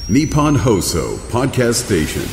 Nippon Hoso Podcast Station。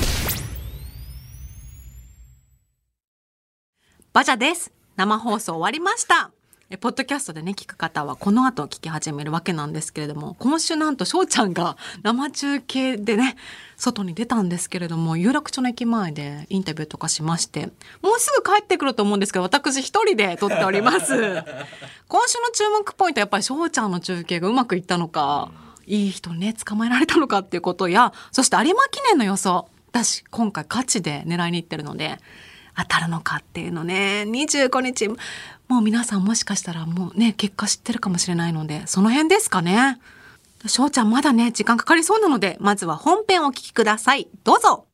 バジャです。生放送終わりました。ポッドキャストでね聞く方はこの後聞き始めるわけなんですけれども、今週なんと翔ちゃんが生中継でね外に出たんですけれども、有楽町の駅前でインタビューとかしまして、もうすぐ帰ってくると思うんですけど、私一人で撮っております今週の注目ポイントはやっぱり翔ちゃんの中継がうまくいったのか、いい人にね捕まえられたのかっていうことや、そして有馬記念の予想、私今回勝ちで狙いに行ってるので当たるのかっていうのね、25日もう皆さんもしかしたらもうね結果知ってるかもしれないので、その辺ですかね。翔ちゃんまだね時間かかりそうなので、まずは本編をお聞きください。どうぞ。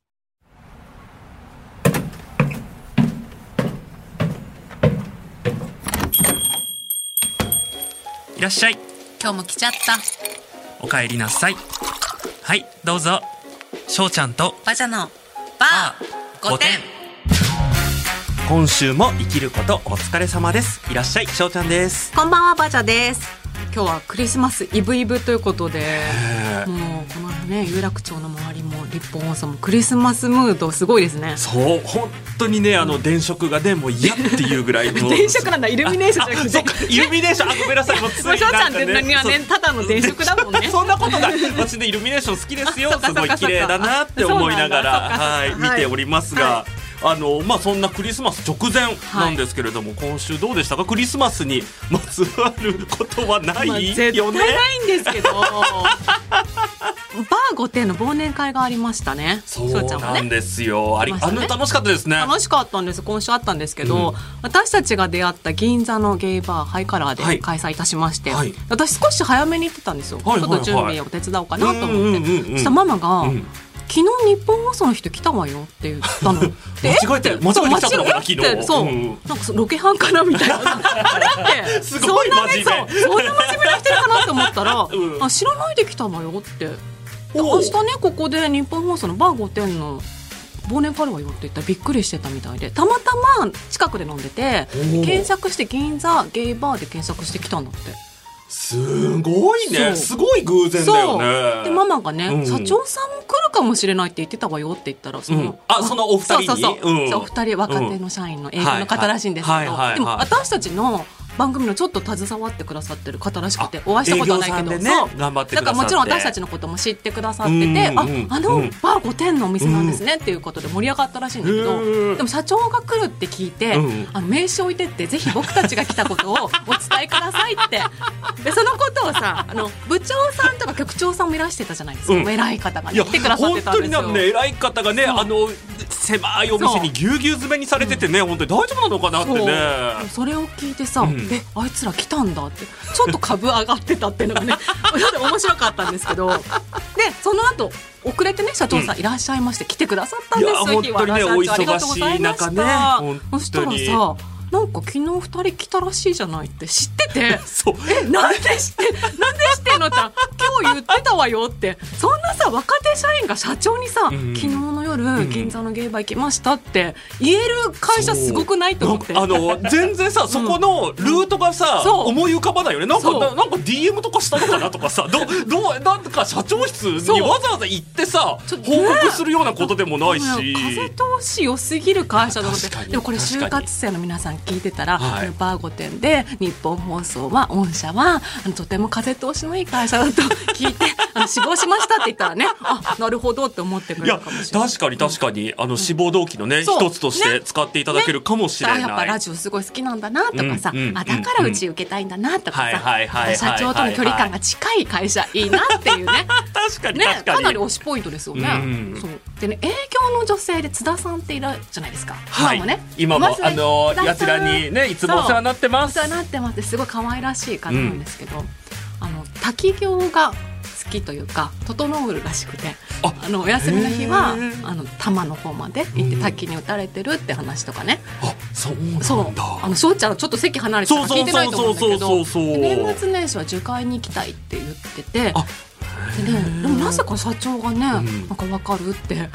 いらっしゃい。 今日も来ちゃった。 お帰りなさい。はい、どうぞ。翔ちゃんとバジャのバー5点。 今週も生きることお疲れ様です。いらっしゃい、翔ちゃんです。 こんばんは、バジャです。今日はクリスマスイブイブということで、もうこのね有楽町の周りも日本放送もクリスマスムードすごいですね。 そう、本当にね電飾がねもう嫌っていうぐらいの電飾なんだ、イルミネーションじゃなくて。 そうか、イルミネーション、ごめんなさい、もうついなんかね、 翔ちゃんって何はねただの電飾だもんねそんなことない。私ねイルミネーション好きですよ。すごい綺麗だなって思いながら見ておりますが、そんなクリスマス直前なんですけれども、今週どうでしたか？クリスマスにまつわることはないよね。 絶対ないんですけどバー5点の忘年会がありましたね。 そうなんですよ。楽しかったですね。 楽しかったんです。今週あったんですけど、私たちが出会った銀座のゲイバーハイカラーで開催いたしまして、私少し早めに行ってたんですよ。ちょっと準備を手伝おうかなと思って、そしたらママが、昨日日本放送の人来たわよって言ったの。 間違えて来ちゃったのかな、昨日。 そう、なんかロケハンかなみたいなあれってすごい真面目。 そんな真面目な人かなと思ったら、知らないで来たわよって、明日ねここで日本放送のバー5点の忘年会あるわよって言ったらびっくりしてたみたいで、たまたま近くで飲んでて検索して銀座ゲイバーで検索してきたんだって。 すごいね。すごい偶然だよね。 でママがね、社長さんも来るかもしれないって言ってたわよって言ったら、そのお二人にそうお二人若手の社員の営業の方らしいんですけど、でも私たちの番組のちょっと携わってくださってる方らしくて、お会いしたことはないけど、 頑張ってくださって、 だからもちろん私たちのことも知ってくださってて、バー5点のお店なんですねっていうことで盛り上がったらしいんだけど、でも社長が来るって聞いて、名刺置いてってぜひ僕たちが来たことをお伝えくださいってでそのことをさ、部長さんとか局長さんもいらしてたじゃないですか、偉い方が来てくださってたんですよ。 本当に偉い方がね、狭いお店にぎゅうぎゅう詰めにされててね、本当に大丈夫なのかなってね。 それを聞いてさ、あいつら来たんだってちょっと株上がってたっていうのがね面白かったんですけど、でその後遅れてね社長さんいらっしゃいまして来てくださったんですよ。 本当にね、お忙しい中ね。 そしたらさ、なんか昨日2人来たらしいじゃないって知っててなんで知ってんのって今日言ってたわよって。そんなさ若手社員が社長にさ、昨日の夜銀座のゲイバー行きましたって言える会社すごくないと思って。 全然さそこのルートがさ、思い浮かばないよね。なんか DM とかしたのかなとかさ、なんか社長室にわざわざ行ってさ報告するようなことでもないし、 風通し良すぎる会社だと思って。でもこれ就活生の皆さん聞いてたら、バー5点で日本放送は御社はとても風通しのいい会社だと聞いて志望しましたって言ったらね、なるほどって思ってくれるかもしれない。 確かに志望動機のね一つとして使っていただけるかもしれない。 やっぱラジオすごい好きなんだなとかさ、だからうち受けたいんだなとかさ、社長との距離感が近い会社いいなっていうね確かにかなり推しポイントですよね。そうでね、営業の女性で津田さんっているじゃないですか。 今もやつらにねいつもお世話になってます。 お世話になってます。すごい可愛らしい方なんですけど、滝行が好きというか整うらしくて、お休みの日は多摩の方まで行って滝に打たれてるって話とかね。 そうなんだ。 翔ちゃんちょっと席離れてたから聞いてないと思うんだけど、年末年始は受会に行きたいって言ってて、でもなぜか社長がね、なんか分かるって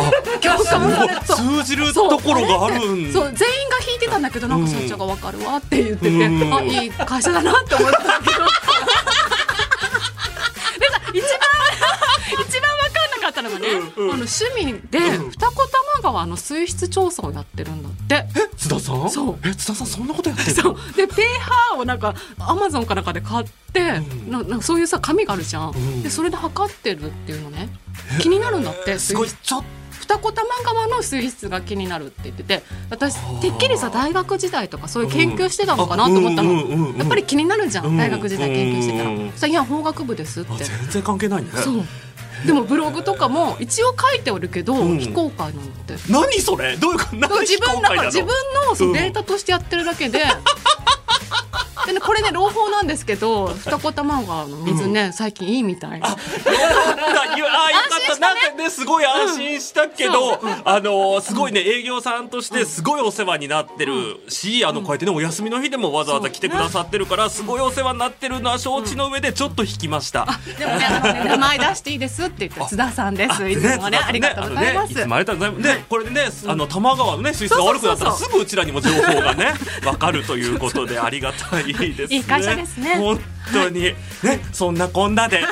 通じるところがあるん。 そう、全員が引いてたんだけど、なんか社長が分かるわって言ってて、いい会社だなって思ったんだけどでさ一番分かんがね、趣味で二子玉川の水質調査をやってるんだって。 津田さん？ そう。 津田さんそんなことやってるの？ そうでペーハーをなんかアマゾンかなんかで買って、なんかそういうさ紙があるじゃん、でそれで測ってるっていうのね、気になるんだって。 すごい。ちょっと二子玉川の水質が気になるって言ってて、私てっきりさ大学時代とかそういう研究してたのかなと思ったの。やっぱり気になるじゃん、大学時代研究してたら。さ、いや法学部ですって。 全然関係ないね。 そうでもブログとかも一応書いておるけど、非公開なんだって。 何それ？どういうこと？ 自分のそのデータとしてやってるだけで。でね、これね朗報なんですけど、二子玉川の水ね、最近いいみたい。よかった。 なんかねすごい安心したけど、すごいね営業さんとしてすごいお世話になってるし、こうやってねお休みの日でもわざわざ来てくださってるから、すごいお世話になってるのは承知の上でちょっと引きました。 でもね、名前出していいですって言って津田さんです。いつもねありがとうございます。 いつもありがとうございます。でこれでね玉川のね水質が悪くなったらすぐうちらにも情報がねわかるということでありがたいですね。 いい会社ですね。 本当にね、そんなこんなで。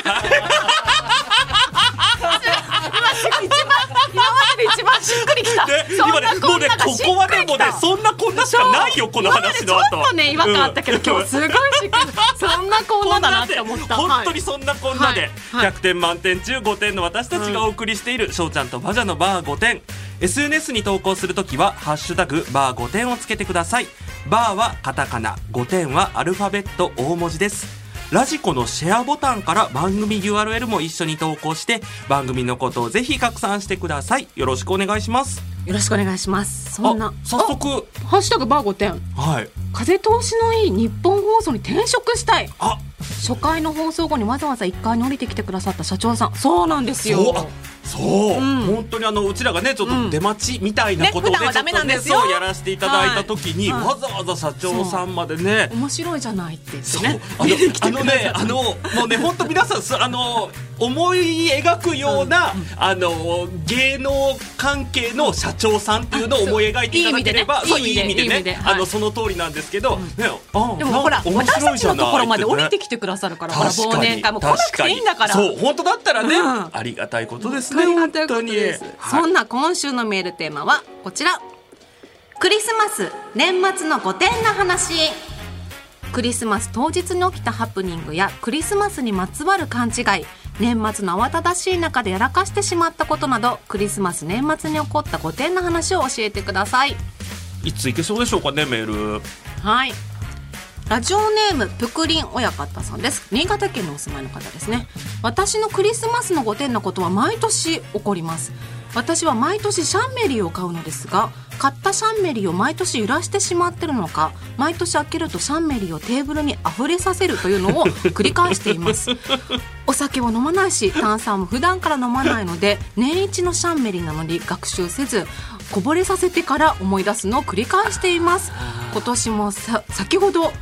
今までで一番しっくりきた。 今ねもうねここはでもねそんなこんなしかないよこの話の後。 ちょっとね違和感あったけど、今日すごいしっくり。そんなこんなだなって思った。 本当にそんなこんなで100点満点中5点の私たちがお送りしているしょうちゃんとバジャのバー5点。SNS に投稿するときはハッシュタグバー5点をつけてください。バーはカタカナ、5点はアルファベット大文字です。ラジコのシェアボタンから番組 URL も一緒に投稿して番組のことをぜひ拡散してください。よろしくお願いします。 よろしくお願いします。そんな早速ハッシュタグバー5点、 はい、 風通しのいい日本放送に転職したい。初回の放送後にわざわざ1階に降りてきてくださった社長さん。そうなんですよ。 そう、本当にうちらがねちょっと出待ちみたいなことをね、ちょっとねそうやらせていただいた時に、わざわざ社長さんまでね面白いじゃないって言ってね。 もうね本当皆さん思い描くような芸能関係の社長さんっていうのを思い描いていただければ、いい意味でねその通りなんですけど、でもほら私たちのところまで降りてきてくださるから、忘年会も来なくていいんだから。そう本当だったらねありがたいことですね。本当に。 そんな今週のメールテーマはこちら。クリスマス年末の5点の話。クリスマス当日に起きたハプニングやクリスマスにまつわる勘違い、年末の慌ただしい中でやらかしてしまったことなど、クリスマス年末に起こった5点の話を教えてください。 いついけそうでしょうかねメール。 はい、ラジオネームぷくりん親方さんです。新潟県にお住まいの方ですね。私のクリスマスの5点のことは毎年起こります。私は毎年シャンメリーを買うのですが、買ったシャンメリーを毎年揺らしてしまってるのか、毎年開けるとシャンメリーをテーブルに溢れさせるというのを繰り返していますお酒を飲まないし炭酸も普段から飲まないので、年一のシャンメリーなのに学習せずこぼれさせてから思い出すのを繰り返しています。今年も先ほどは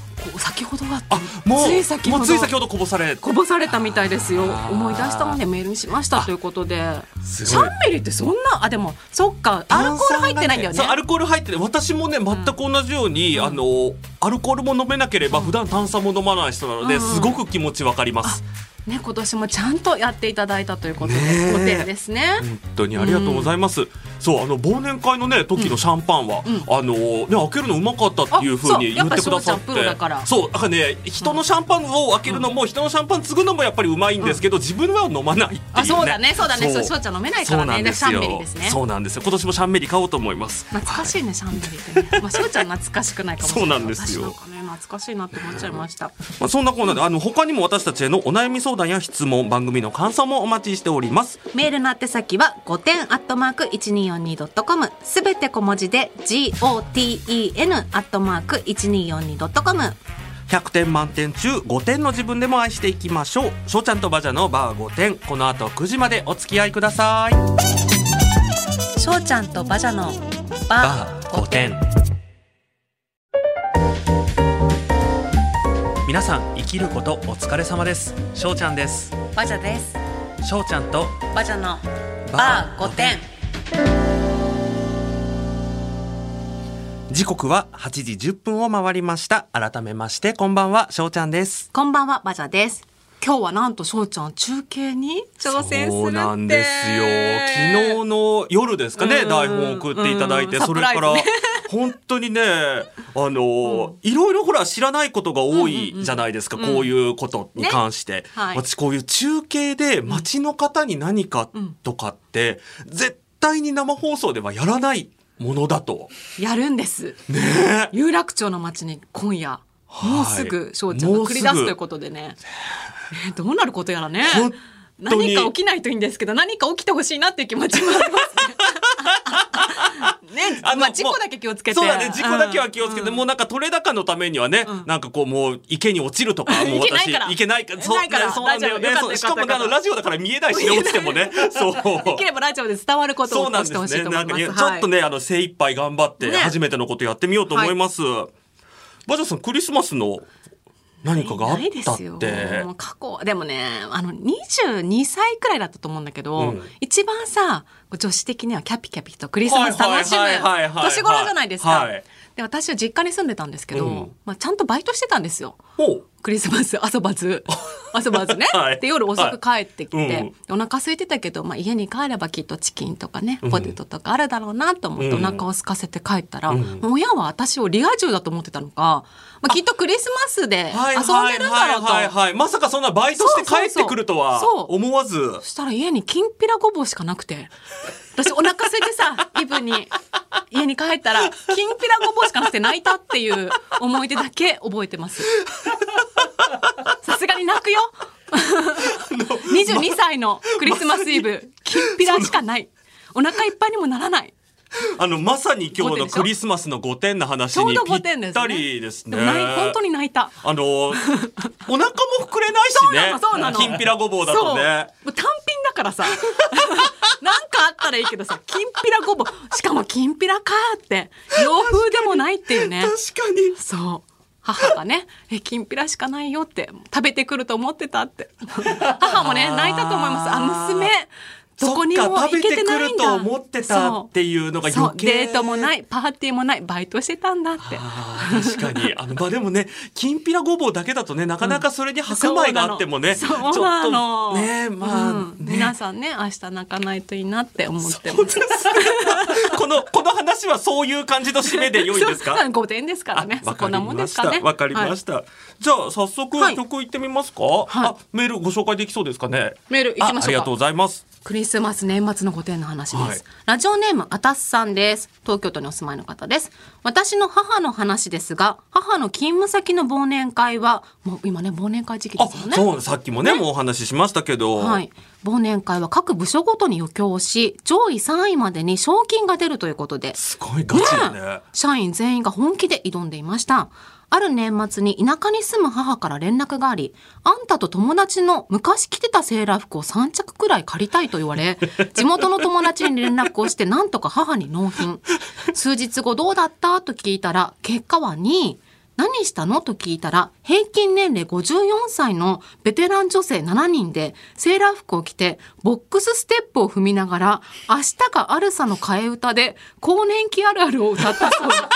つい先ほどこぼされたみたいですよ。思い出したのでメールにしましたということで。シャンメリーってそんなでもそっか、アルコール入ってないんだよね。 アルコール入ってない。私もね全く同じように、アルコールも飲めなければ普段炭酸も飲まない人なので、すごく気持ちわかります。 ね、今年もちゃんとやっていただいたということで、5点ですね。 本当にありがとうございます。そう忘年会のね時のシャンパンは、開けるのうまかったっていう風に言ってくださって、そうだからね、人のシャンパンを開けるのも、人のシャンパン継ぐのもやっぱりうまいんですけど、自分は飲まないっていうね。 そうだねしょうちゃん飲めないからね。シャンメリーですね。 そうなんですよ。今年もシャンメリー買おうと思います。 懐かしいね、シャンメリーってね。しょうちゃん懐かしくないかもしれない。 そうなんですよ。 懐かしいなって思っちゃいました。 そんなコーナーで他にも私たちへのお悩み相談や質問、番組の感想もお待ちしております。 メールの宛先は5点@1242.com、 すべて小文字で GOTEN @1242.com。 100点満点中5点の自分でも愛していきましょう。しょうちゃんとバジャのバー5点、この後9時までお付き合いください。 しょうちゃんとバジャのバー5点。 皆さん生きることお疲れ様です。しょうちゃんです。 バジャです。 しょうちゃんとバジャのバー5点。 時刻は8時10分を回りました。改めましてこんばんは、しょうちゃんです。 こんばんは、バジャです。 今日はなんと翔ちゃん中継に挑戦するって。 そうなんですよ。昨日の夜ですかね、台本を送っていただいて、それから本当にね、いろいろほら知らないことが多いじゃないですか、こういうことに関して、私こういう中継で街の方に何かとかって、絶対に生放送ではやらないものだと。 やるんです、 ね、 有楽町の街に今夜もうすぐ翔ちゃんが繰り出すということでね、どうなることやらね。何か起きないといいんですけど、何か起きてほしいなっていう気持ちもありますね。ね、事故だけ気をつけて。 そうだね、事故だけは気をつけて、もうなんか取れ高のためにはね、なんかこうもう池に落ちるとか、もう私いけないから、そうなんだよね。しかもラジオだから見えないしね、落ちてもね。そう。 できればラジオで伝わることをしてほしいと思います。 ちょっとね、精一杯頑張って初めてのことやってみようと思います。バジャさん、クリスマスの何かがあったって。 過去でもね、22歳くらいだったと思うんだけど、一番さ女子的にはキャピキャピとクリスマス楽しむ年頃じゃないですか。で、私は実家に住んでたんですけど、ちゃんとバイトしてたんですよ。クリスマス遊ばずね、で夜遅く帰ってきて、お腹空いてたけど、家に帰ればきっとチキンとかね、ポテトとかあるだろうなと思ってお腹を空かせて帰ったら、親は私をリア充だと思ってたのか、きっとクリスマスで遊んでるんだろうと。 まさかそんなバイトして帰ってくるとは思わず。 そしたら家にきんぴらごぼうしかなくて、私お腹空いてさ、イブに家に帰ったらきんぴらごぼうしかなくて泣いたっていう思い出だけ覚えてます。さすがに泣くよ。22歳のクリスマスイブ、きんぴらしかない。お腹いっぱいにもならない。 まさに今日のクリスマスの5点の話にぴったりですね。 本当に泣いた。 お腹も膨れないしね。きんぴらごぼうだとね。単品だからさ。なんかあったらいいけどさ、きんぴらごぼう、しかもきんぴらかーって洋風でもないっていうね。 確かに。 そう。母がね、きんぴらしかないよって食べてくると思ってたって。母もね泣いたと思います。娘。どこにも行けてないんだ。 食べてくると思ってたっていうのが余計。 デートもないパーティーもないバイトしてたんだって。 確かにでもね、きんぴらごぼうだけだとね、なかなかそれに白米があってもね、ちょっとね、 皆さんね、明日泣かないといいなって思ってます。 この話はそういう感じの締めで良いですか ？5点ですからね。そこなもんですかね。 わかりました。じゃあ早速曲いってみますか。メールご紹介できそうですかね。 メールいきましょうか。 ありがとうございます。 クリスマス年末の5点の話です。ラジオネームあたすさんです。東京都にお住まいの方です。私の母の話ですが、母の勤務先の忘年会はもう今ね、忘年会時期ですよね。 そう、さっきもねもうお話ししましたけど、 忘年会は各部署ごとに余興をし、上位3位までに賞金が出るということで、 すごいガチだね。 社員全員が本気で挑んでいました。ある年末に田舎に住む母から連絡があり、あんたと友達の昔着てたセーラー服を3着くらい借りたいと言われ、地元の友達に連絡をしてなんとか母に納品。数日後どうだったと聞いたら、結果は2位。何したのと聞いたら、平均年齢54歳のベテラン女性7人でセーラー服を着てボックスステップを踏みながら、明日があるさの替え歌で更年期あるあるを歌ったそうだ。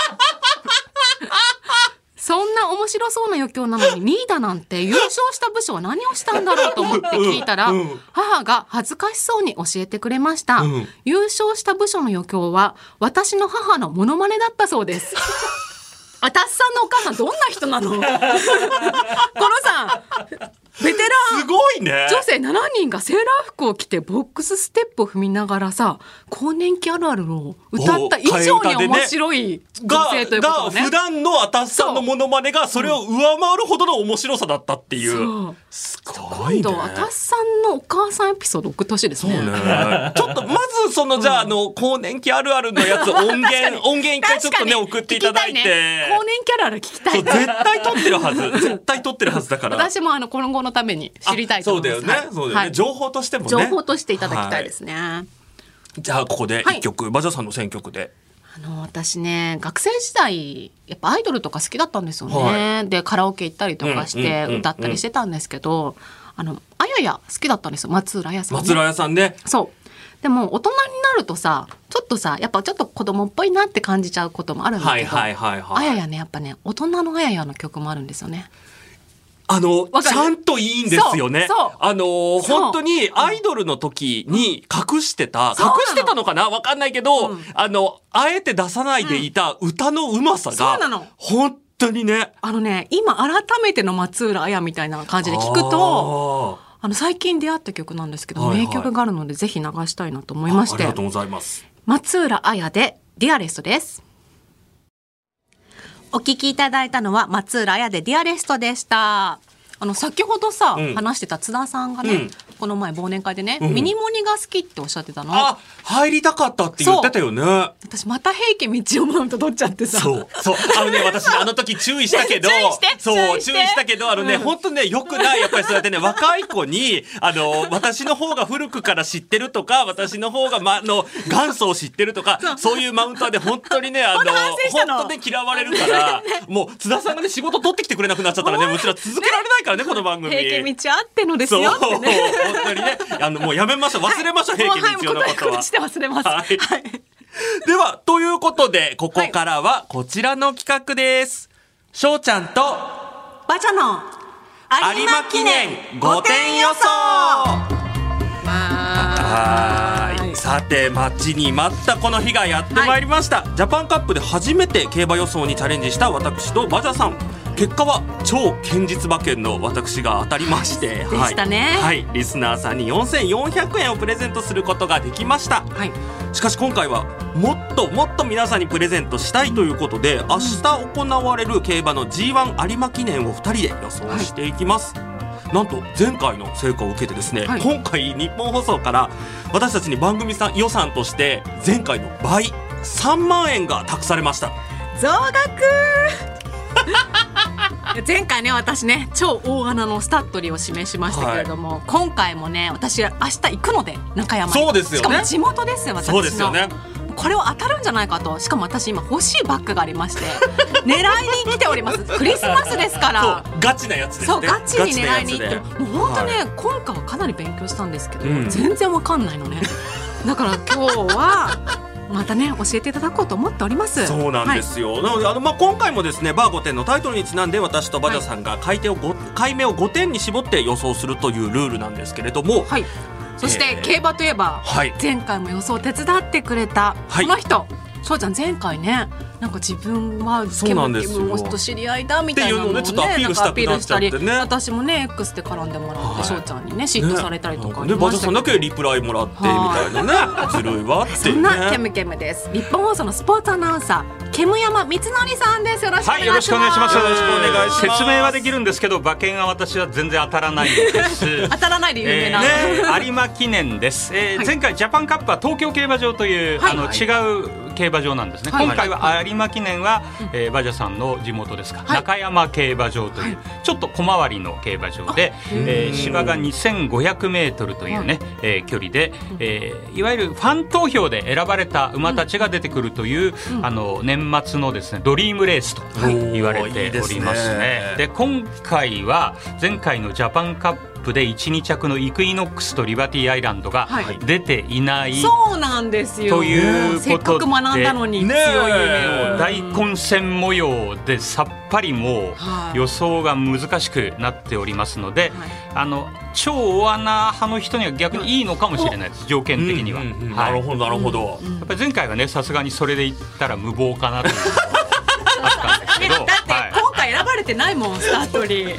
そんな面白そうな余興なのに2位だなんて、優勝した部署は何をしたんだろうと思って聞いたら、母が恥ずかしそうに教えてくれました。優勝した部署の余興は私の母のモノマネだったそうです。あたすさんのお母さんどんな人なの？このさ、ベテランすごいね。 女性7人がセーラー服を着てボックスステップを踏みながらさ、更年期あるあるを歌った以上に面白い女性ということね。 が普段のあたすさんのモノマネがそれを上回るほどの面白さだったっていう。すごいね。 今度あたすさんのお母さんエピソード送ってほしいですね。 そうね。ちょっとまずそのじゃあ更年期あるあるのやつ音源一回ちょっとね送っていただいて。 更年期あるある聞きたい。 絶対撮ってるはず。絶対撮ってるはずだから。 私も今後のために知りたいと思います。 そうだよね。そうだよね。情報としてもね。 情報としていただきたいですね。 じゃあここで一曲、バジャさんの選曲で。 私ね、学生時代やっぱアイドルとか好きだったんですよね。でカラオケ行ったりとかして歌ったりしてたんですけど、あやや好きだったんですよ。松浦綾さんね。 松浦綾さんね。 そう。でも大人になるとさ、ちょっとさ、やっぱちょっと子供っぽいなって感じちゃうこともあるんだけど、あややね、やっぱね、大人のあややの曲もあるんですよね。 ちゃんといいんですよね。 そう本当にアイドルの時に隠してたのかなわかんないけど、あえて出さないでいた歌のうまさが、本当にね。 今改めての松浦綾みたいな感じで聞くと、最近出会った曲なんですけど、名曲があるのでぜひ流したいなと思いまして。 ありがとうございます。 松浦綾でディアレストです。お聞きいただいたのは松浦綾でディアレストでした。先ほどさ、話してた津田さんがね、この前忘年会でね、ミニモニが好きっておっしゃってたの。 入りたかったって言ってたよね。 私また平家道夫マウント取っちゃってさ。 そう私時注意したけど注意したけど本当ねよくない。やっぱりそうやってね若い子に私の方が古くから知ってるとか、私の方が元祖を知ってるとか、そういうマウントで本当にね本当に嫌われるからもう津田さんがね仕事取ってきてくれなくなっちゃったらねうちら続けられないからねこの番組。 平家道あってのですよってね。 本当にねもうやめましょう、忘れましょう平家道夫のことは。 して忘れます。 ではということでここからはこちらの企画です。しょうちゃんとバチャの有馬記念5点予想。さて待ちに待ったこの日がやってまいりました。ジャパンカップで初めて競馬予想にチャレンジした私とバジャさん。結果は超堅実馬券の私が当たりましてでしたね。 リスナーさんに4400円をプレゼントすることができました。しかし今回はもっともっと皆さんにプレゼントしたいということで、明日行われる競馬の G1 有馬記念を2人で予想していきます。なんと前回の成果を受けてですね、今回日本放送から私たちに番組予算として前回の倍3万円が託されました。 増額前回ね私ね超大穴のスタッドリーを指名しましたけれども、今回もね私明日行くので中山に。 そうですよね。 しかも地元ですよ私の。 そうですよね。 これを当たるんじゃないかと。しかも私今欲しいバッグがありまして狙いに来ております。クリスマスですから。 ガチなやつですね。 そうガチに狙いに行ってもう本当ね、今回はかなり勉強したんですけど、全然わかんないのね。だから今日はまたね教えていただこうと思っております。 そうなんですよ。なので今回もですねバー5点のタイトルにちなんで私とバジャさんが買い目を5点に絞って予想するというルールなんですけれども、そして競馬といえば、前回も予想を手伝ってくれたこの人、しょうちゃん前回ねなんか自分はケムと知り合いだみたいなのをね、 ちょっとアピールしたくなっちゃってね。 私もね X で絡んでもらってしょうちゃんにね嫉妬されたりとかありましたけど、 バジャさんだけリプライもらってみたいなねずるいわってそんなケムケムです。日本放送のスポーツアナウンサーケム山光則さんです。よろしくお願いします。 よろしくお願いします。 よろしくお願いします。 説明はできるんですけど馬券は私は全然当たらないです当たらないで有名な、 有馬記念です。前回ジャパンカップは東京競馬場という、違う競馬場なんですね。今回は有馬記念は、バジャさんの地元ですか、中山競馬場という、ちょっと小回りの競馬場で、芝が2500メートルというね、距離で、いわゆるファン投票で選ばれた馬たちが出てくるという、年末のですねドリームレースと言われておりますね。で今回は前回のジャパンカップで 1,2 着のイクイノックスとリバティアイランドが出ていない、 そうなんですよということで、 せっかく学んだのに強い夢を、 大混戦模様でさっぱりもう予想が難しくなっておりますので、超大穴派の人には逆にいいのかもしれないです、条件的には。 なるほどなるほど。 やっぱり前回はねさすがにそれで言ったら無謀かなというあったんですけど、 だって今回選ばれてないもんスタートリー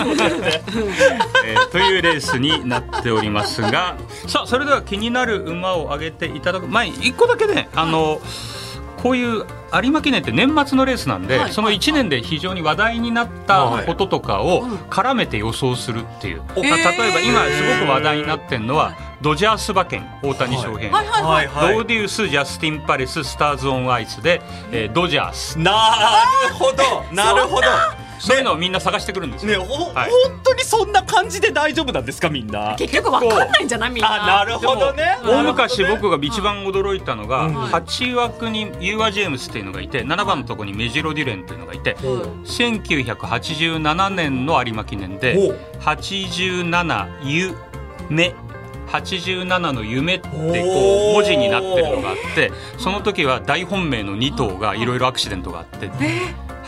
というレースになっておりますが、さあそれでは気になる馬を挙げていただく前に1個だけね、こういう有馬記念って年末のレースなんで、その1年で非常に話題になったこととかを絡めて予想するっていう、例えば今すごく話題になってるのはドジャース馬券、大谷翔平、ドーデュース、ジャスティンパレス、スターズオンアイスで、ドジャース。 なるほどなるほど。 そういうのをみんな探してくるんですよ。 本当にそんな感じで大丈夫なんですかみんな。 結局わかんないんじゃないみんな。 なるほどね。 大昔僕が一番驚いたのが、8枠にユーア・ジェームスっていうのがいて、7番のところにメジロデュレンっていうのがいて、1987年の有馬記念で87夢87の夢ってこう文字になってるのがあって、その時は大本命の2頭がいろいろアクシデントがあって、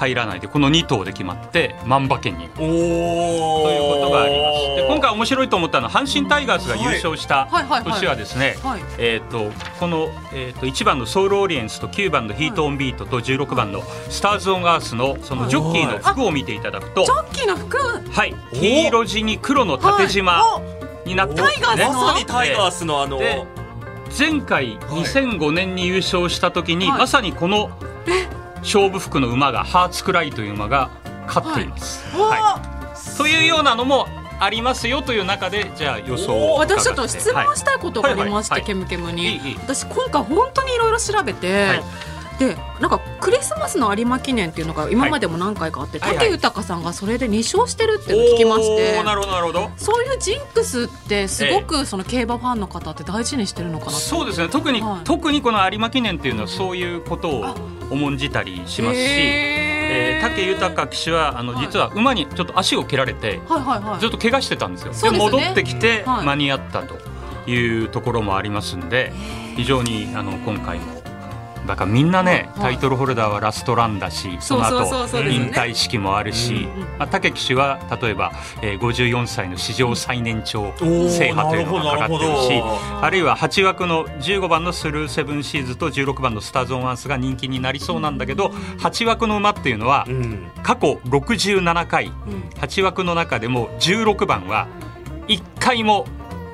入らないでこの2頭で決まって万馬券にとおいうことがあります。で今回面白いと思ったのは阪神タイガースが優勝した年はですね、この、1番のソウルオリエンスと9番のヒートオンビートと16番のスターズオンアースのそのジョッキーの服を見ていただくと、 ジョッキーの服、 はい、黄色地に黒の縦縞になってますね。 まさにタイガースので前回2005年に優勝した時に、まさにこの勝負服の馬がハーツクライという馬が勝っています、というようなのもありますよという中で、じゃあ予想を私ちょっと質問したいことがありまして、ケムケムに私今回本当にいろいろ調べて、でなんかクリスマスの有馬記念っていうのが今までも何回かあって、武豊さんがそれで2勝してるっていうのを聞きまして、 なるほどなるほど。 そういうジンクスってすごくその競馬ファンの方って大事にしてるのかなと。 そうですね、特にこの有馬記念っていうのはそういうことを重んじたりしますし、武豊騎手は実は馬にちょっと足を蹴られてずっと怪我してたんですよ。で戻ってきて間に合ったというところもありますんで、非常に今回もだからみんなね、タイトルホルダーはラストランだし、その後引退式もあるし、武騎手は例えば、54歳の史上最年長制覇というのがかかってるし、あるいは8枠の15番のスルーセブンシーズと16番のスターズオンアースが人気になりそうなんだけど、8枠の馬っていうのは過去67回、8枠の中でも16番は1回も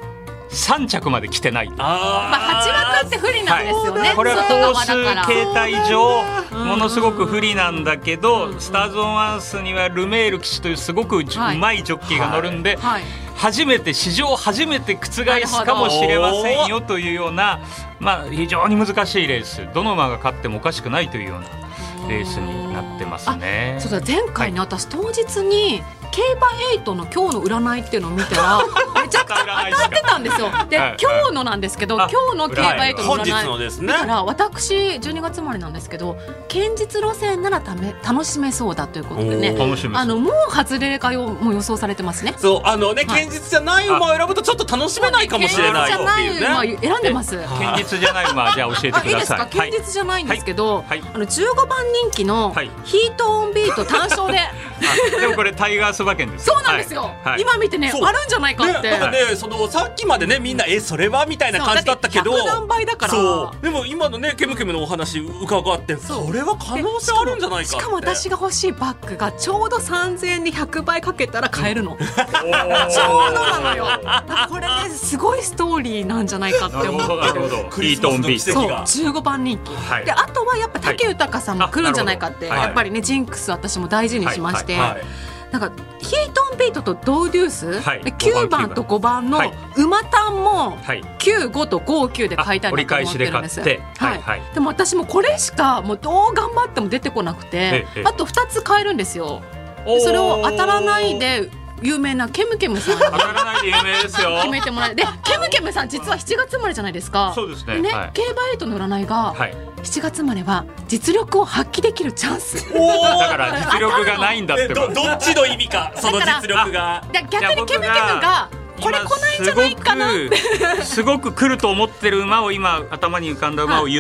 3着まで来てない。 8枠って不利なんですよね、 これはコース形態上ものすごく不利なんだけど、スターズオンアースにはルメール騎手というすごくうまいジョッキーが乗るんで、史上初めて覆すかもしれませんよというような、非常に難しいレース、どの馬が勝ってもおかしくないというようなレースになってますね。 そうだ、前回に私当日に競馬8の今日の占いっていうのを見たらめちゃくちゃ当たってたんですよ。で、今日のなんですけど、今日の競馬8の占い見たら、私12月生まれなんですけど、堅実路線なら楽しめそうだということでね、もう外れがもう予想されてますね。 そう堅実じゃない馬を選ぶとちょっと楽しめないかもしれないっていうね。 堅実じゃない馬選んでます。 堅実じゃない馬じゃあ教えてください。いいですか、 堅実じゃないんですけど、15番人気のヒートオンビート単勝ででもこれタイガース馬券です。 そうなんですよ、今見てね、あるんじゃないかって、 さっきまでねみんなそれはみたいな感じだったけど、 100何倍だから。 でも今のねケムケムのお話伺ってそれは可能性あるんじゃないかって。 しかも私が欲しいバッグがちょうど3000円で100倍かけたら買えるのちょうどなのよ。これねすごいストーリーなんじゃないかって思ってる。 ヒートオンビート、 そう15番人気、であとはやっぱ武豊さんも来るんじゃないかって、やっぱりねジンクス私も大事にしまして、なんかヒートオンビートとドウデュース、9番と5番の馬単も95と59で書いてあると思ってるんです。でも私もこれしかもうどう頑張っても出てこなくて、あと2つ買えるんですよ。それを当たらないで有名なケムケムさんに当たらないで有名ですよ決めてもらえで、ケムケムさん実は7月生まれじゃないですか。 そうですね。 競馬8の占いが7月生まれは実力を発揮できるチャンス。 だから実力がないんだって。 どっちの意味か、その実力が。 逆にケムケムがこれ来ないんじゃないかなってすごく来ると思ってる馬を今頭に浮かんだ馬を言って、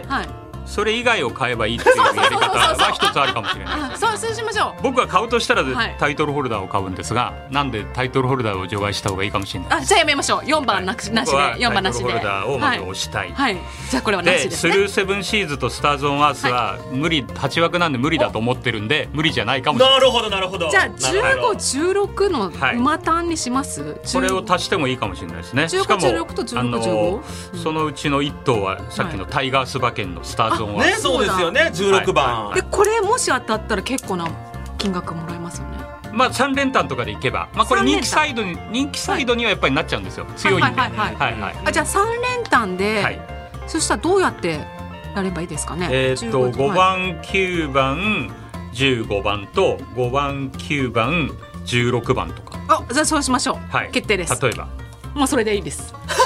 それ以外を買えばいいっていうやり方は一つあるかもしれない。 そうしましょう。 僕は買うとしたらタイトルホルダーを買うんですが、なんでタイトルホルダーを除外した方がいいかもしれない。 じゃあやめましょう。4番なしで、4番なしで。 タイトルホルダーをまず押したい。 じゃあこれはなしですね。 スルーセブンシーズとスターズオンアースは無理、8枠なんで無理だと思ってるんで無理じゃないかもしれない。 なるほどなるほど。 じゃあ15、16の馬単にします。 これを足してもいいかもしれないですね。 15、16と16、15。 そのうちの1頭はさっきのタイガース馬券のスターズオンアース。 そうですよね、16番。 でこれもし当たったら結構な金額もらえますよね。 3連単とかでいけば、これ人気サイドにはやっぱりなっちゃうんですよ、強いんで。じゃあ 3連単で、そしたらどうやってやればいいですかね。 5番9番15番と5番9番16番とか。 じゃあそうしましょう。決定です。 例えばもうそれでいいです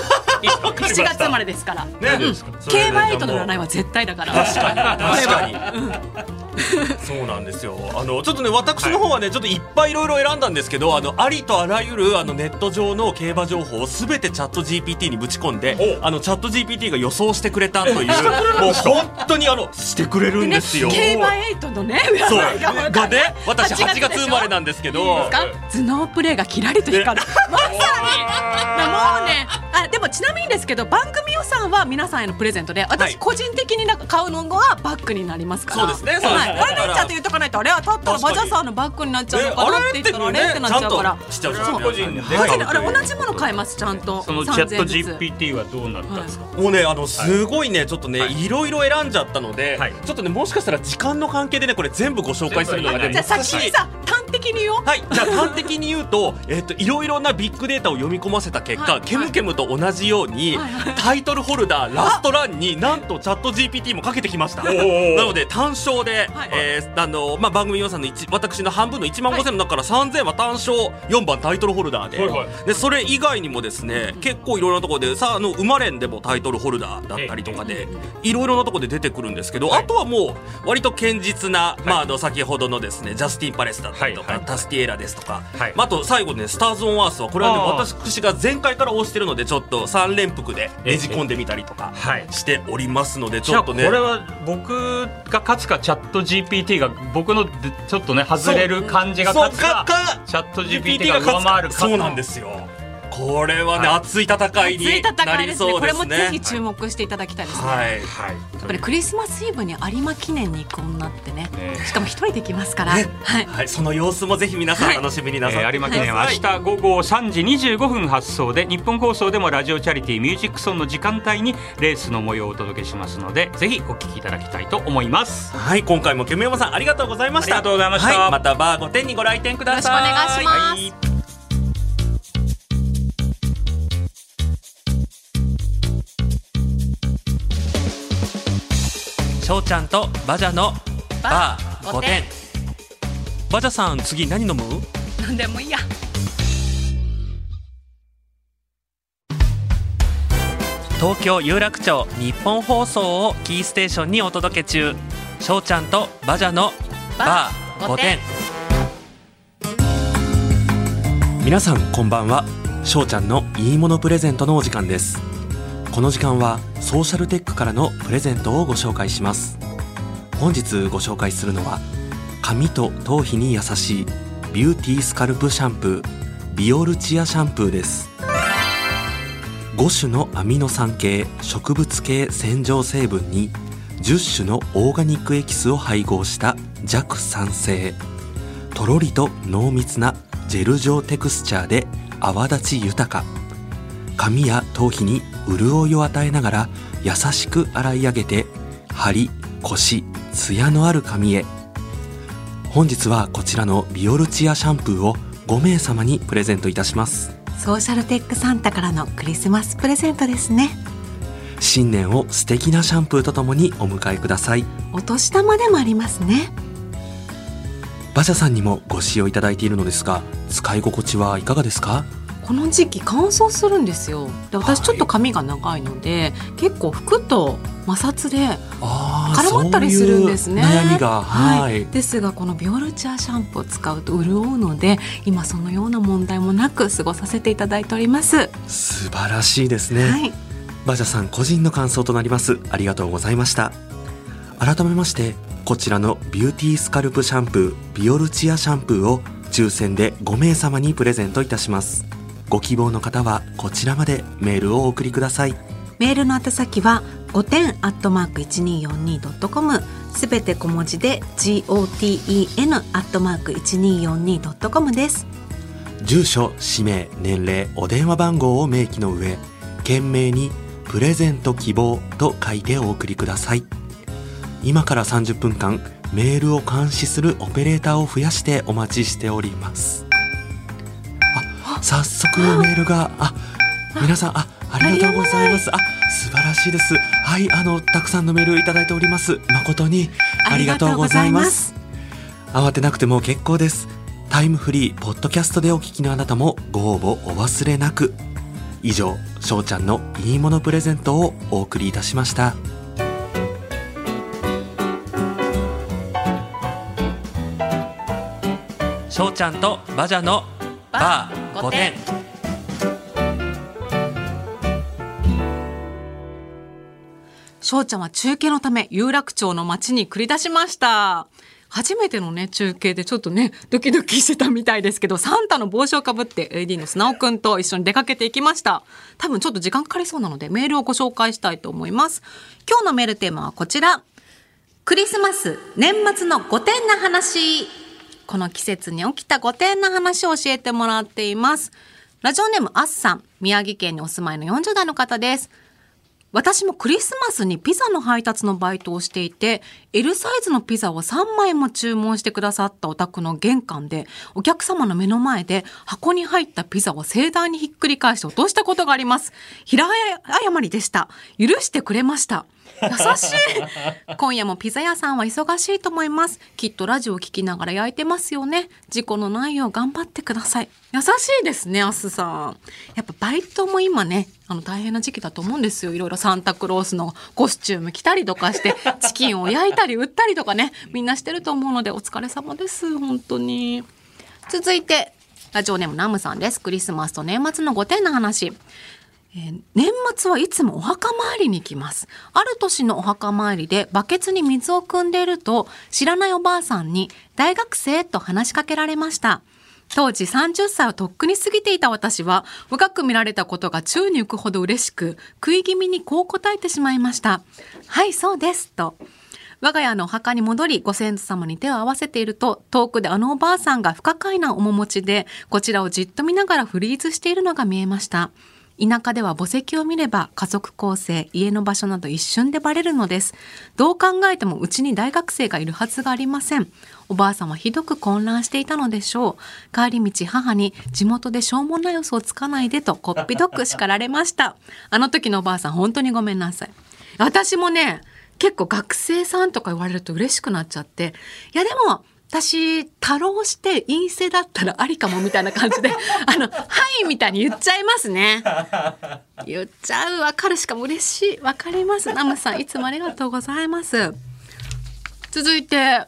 7月生まれですから、競馬8の7位は絶対だから。 確かにそうなんですよ。ちょっとね私の方はねちょっといっぱいいろいろ選んだんですけど、ありとあらゆるネット上の競馬情報をすべてチャット GPT にぶち込んで、チャット GPT が予想してくれたというもう本当にしてくれるんですよ。 競馬8のねそうがね私8月生まれなんですけど、 頭脳プレイがキラリと光るまさにもうねでもちなみにですけど番組予算は皆さんへのプレゼントで、私個人的に買うのがバッグになりますから。 そうですね。 これねちゃんと言っとかないと、あれは立ったらバジャさんのバッグになっちゃうのかなって言ったらあれってなっちゃうから、あれ同じもの買いますちゃんと。 そのチャット GPT はどうなったんですか？ もうねすごいねちょっとねいろいろ選んじゃったので、ちょっとねもしかしたら時間の関係でねこれ全部ご紹介するのがね、 じゃあ先にさ端的に言おう。 はい、じゃあ端的に言うといろいろなビッグデータを読み込ませた結果、ケムケムと同じようにタイトルホルダーラストランになんとチャット GPT もかけてきました。なので単勝で番組予算の私の半分の1万5000の中から3000は単勝4番タイトルホルダーで、それ以外にもですね結構いろいろなところで馬連でもタイトルホルダーだったりとかでいろいろなところで出てくるんですけど、あとはもう割と堅実な先ほどのですねジャスティンパレスだったりとかタスティエラですとか、あと最後ねスターズ・オン・アースはこれはね私が前回から推してるのでちょっと3連複でねじ込んでみたりとかしておりますので、ちょっとねこれは僕が勝つかチャット GPT が僕のちょっとね外れる感じが勝つかチャット GPT が上回るか。 そうなんですよ。これはね熱い戦いになりそうですね。 これもぜひ注目していただきたいですね。やっぱりクリスマスイブに有馬記念に行く女ってね、しかも一人できますから、 その様子もぜひ皆さん楽しみになさって、 有馬記念は明日午後3時25分発送で、日本放送でもラジオチャリティーミュージックソンの時間帯にレースの模様をお届けしますので、ぜひお聞きいただきたいと思います。 はい、今回もケムヤマさんありがとうございました。 ありがとうございました。 またバー5点にご来店ください。 よろしくお願いします。 翔ちゃんとバジャのバー5点。バジャさん次何飲む？ 何でもいいや。 東京有楽町日本放送をキーステーションにお届け中、翔ちゃんとバジャのバー5点。皆さんこんばんは。翔ちゃんのいいものプレゼントのお時間です。この時間はソーシャルテックからのプレゼントをご紹介します。本日ご紹介するのは髪と頭皮に優しいビューティースカルプシャンプービオルチアシャンプーです。5種のアミノ酸系植物系洗浄成分に10種のオーガニックエキスを配合した弱酸性、とろりと濃密なジェル状テクスチャーで泡立ち豊か、髪や頭皮に潤いを与えながら優しく洗い上げて張り、コシ、ツヤのある髪へ。本日はこちらのビオルチアシャンプーを5名様にプレゼントいたします。 ソーシャルテックサンタからのクリスマスプレゼントですね。 新年を素敵なシャンプーとともにお迎えください。 お年玉でもありますね。 バジャさんにもご使用いただいているのですが、使い心地はいかがですか？ この時期乾燥するんですよ。で私ちょっと髪が長いので、結構拭くと摩擦で絡まったりするんですね。 そういう悩みが、 ですがこのビオルチアシャンプーを使うと潤うので、今そのような問題もなく過ごさせていただいております。 素晴らしいですね。バジャさん個人の感想となります。ありがとうございました。改めましてこちらのビューティースカルプシャンプービオルチアシャンプーを抽選で5名様にプレゼントいたします。ご希望の方はこちらまでメールをお送りください。 メールの宛先は5点@1242.com、 すべて小文字で GOTEN@1242.com です。 住所、氏名、年齢、お電話番号を明記の上、懸命にプレゼント希望と書いてお送りください。今から30分間メールを監視するオペレーターを増やしてお待ちしております。早速メールが皆さんありがとうございます。素晴らしいです。たくさんのメールいただいております。誠にありがとうございます。慌てなくても結構です。タイムフリーポッドキャストでお聞きのあなたもご応募お忘れなく。 以上、しょうちゃんのいいものプレゼントをお送りいたしました。しょうちゃんとバジャのバー5点。 しょうちゃんは中継のため有楽町の街に繰り出しました。初めてのね中継でちょっとねドキドキしてたみたいですけど、サンタの帽子をかぶって AD の砂尾くんと一緒に出かけていきました。多分ちょっと時間かかりそうなのでメールをご紹介したいと思います。今日のメールテーマはこちら。クリスマス年末の5点な話。この季節に起きた5点な話を教えてもらっています。ラジオネームあっさん、宮城県にお住まいの40代の方です。私もクリスマスにピザの配達のバイトをしていて、L サイズのピザを3枚も注文してくださったお宅の玄関で、お客様の目の前で箱に入ったピザを盛大にひっくり返して落としたことがあります。平謝りでした。許してくれました。優しい。今夜もピザ屋さんは忙しいと思います。きっとラジオを聞きながら焼いてますよね。事故のないよう頑張ってください。優しいですね、アスさん。やっぱバイトも今ね大変な時期だと思うんですよ。いろいろサンタクロースのコスチューム着たりとかしてチキンを焼いたり売ったりとかね、みんなしてると思うのでお疲れ様です。本当に。続いてラジオネームナムさんです。クリスマスと年末の5点の話。年末はいつもお墓参りに行きます。ある年のお墓参りでバケツに水を汲んでいると、知らないおばあさんに大学生と話しかけられました。当時30歳をとっくに過ぎていた私は、深く見られたことが宙に浮くほど嬉しく、食い気味にこう答えてしまいました。はい、そうですと。我が家のお墓に戻り、ご先祖様に手を合わせていると、遠くであのおばあさんが不可解な面持ちで、こちらをじっと見ながらフリーズしているのが見えました。田舎では墓石を見れば家族構成、家の場所など一瞬でバレるのです。どう考えてもうちに大学生がいるはずがありません。おばあさんはひどく混乱していたのでしょう。帰り道母に地元でしょうもない嘘をつかないでとこっぴどく叱られました。あの時のおばあさん本当にごめんなさい。私もね結構学生さんとか言われると嬉しくなっちゃって、いやでも私多浪して陰性だったらありかもみたいな感じではいみたいに言っちゃいますね。言っちゃう。わかる。しかも嬉しい。わかります。ナムさんいつもありがとうございます。続いて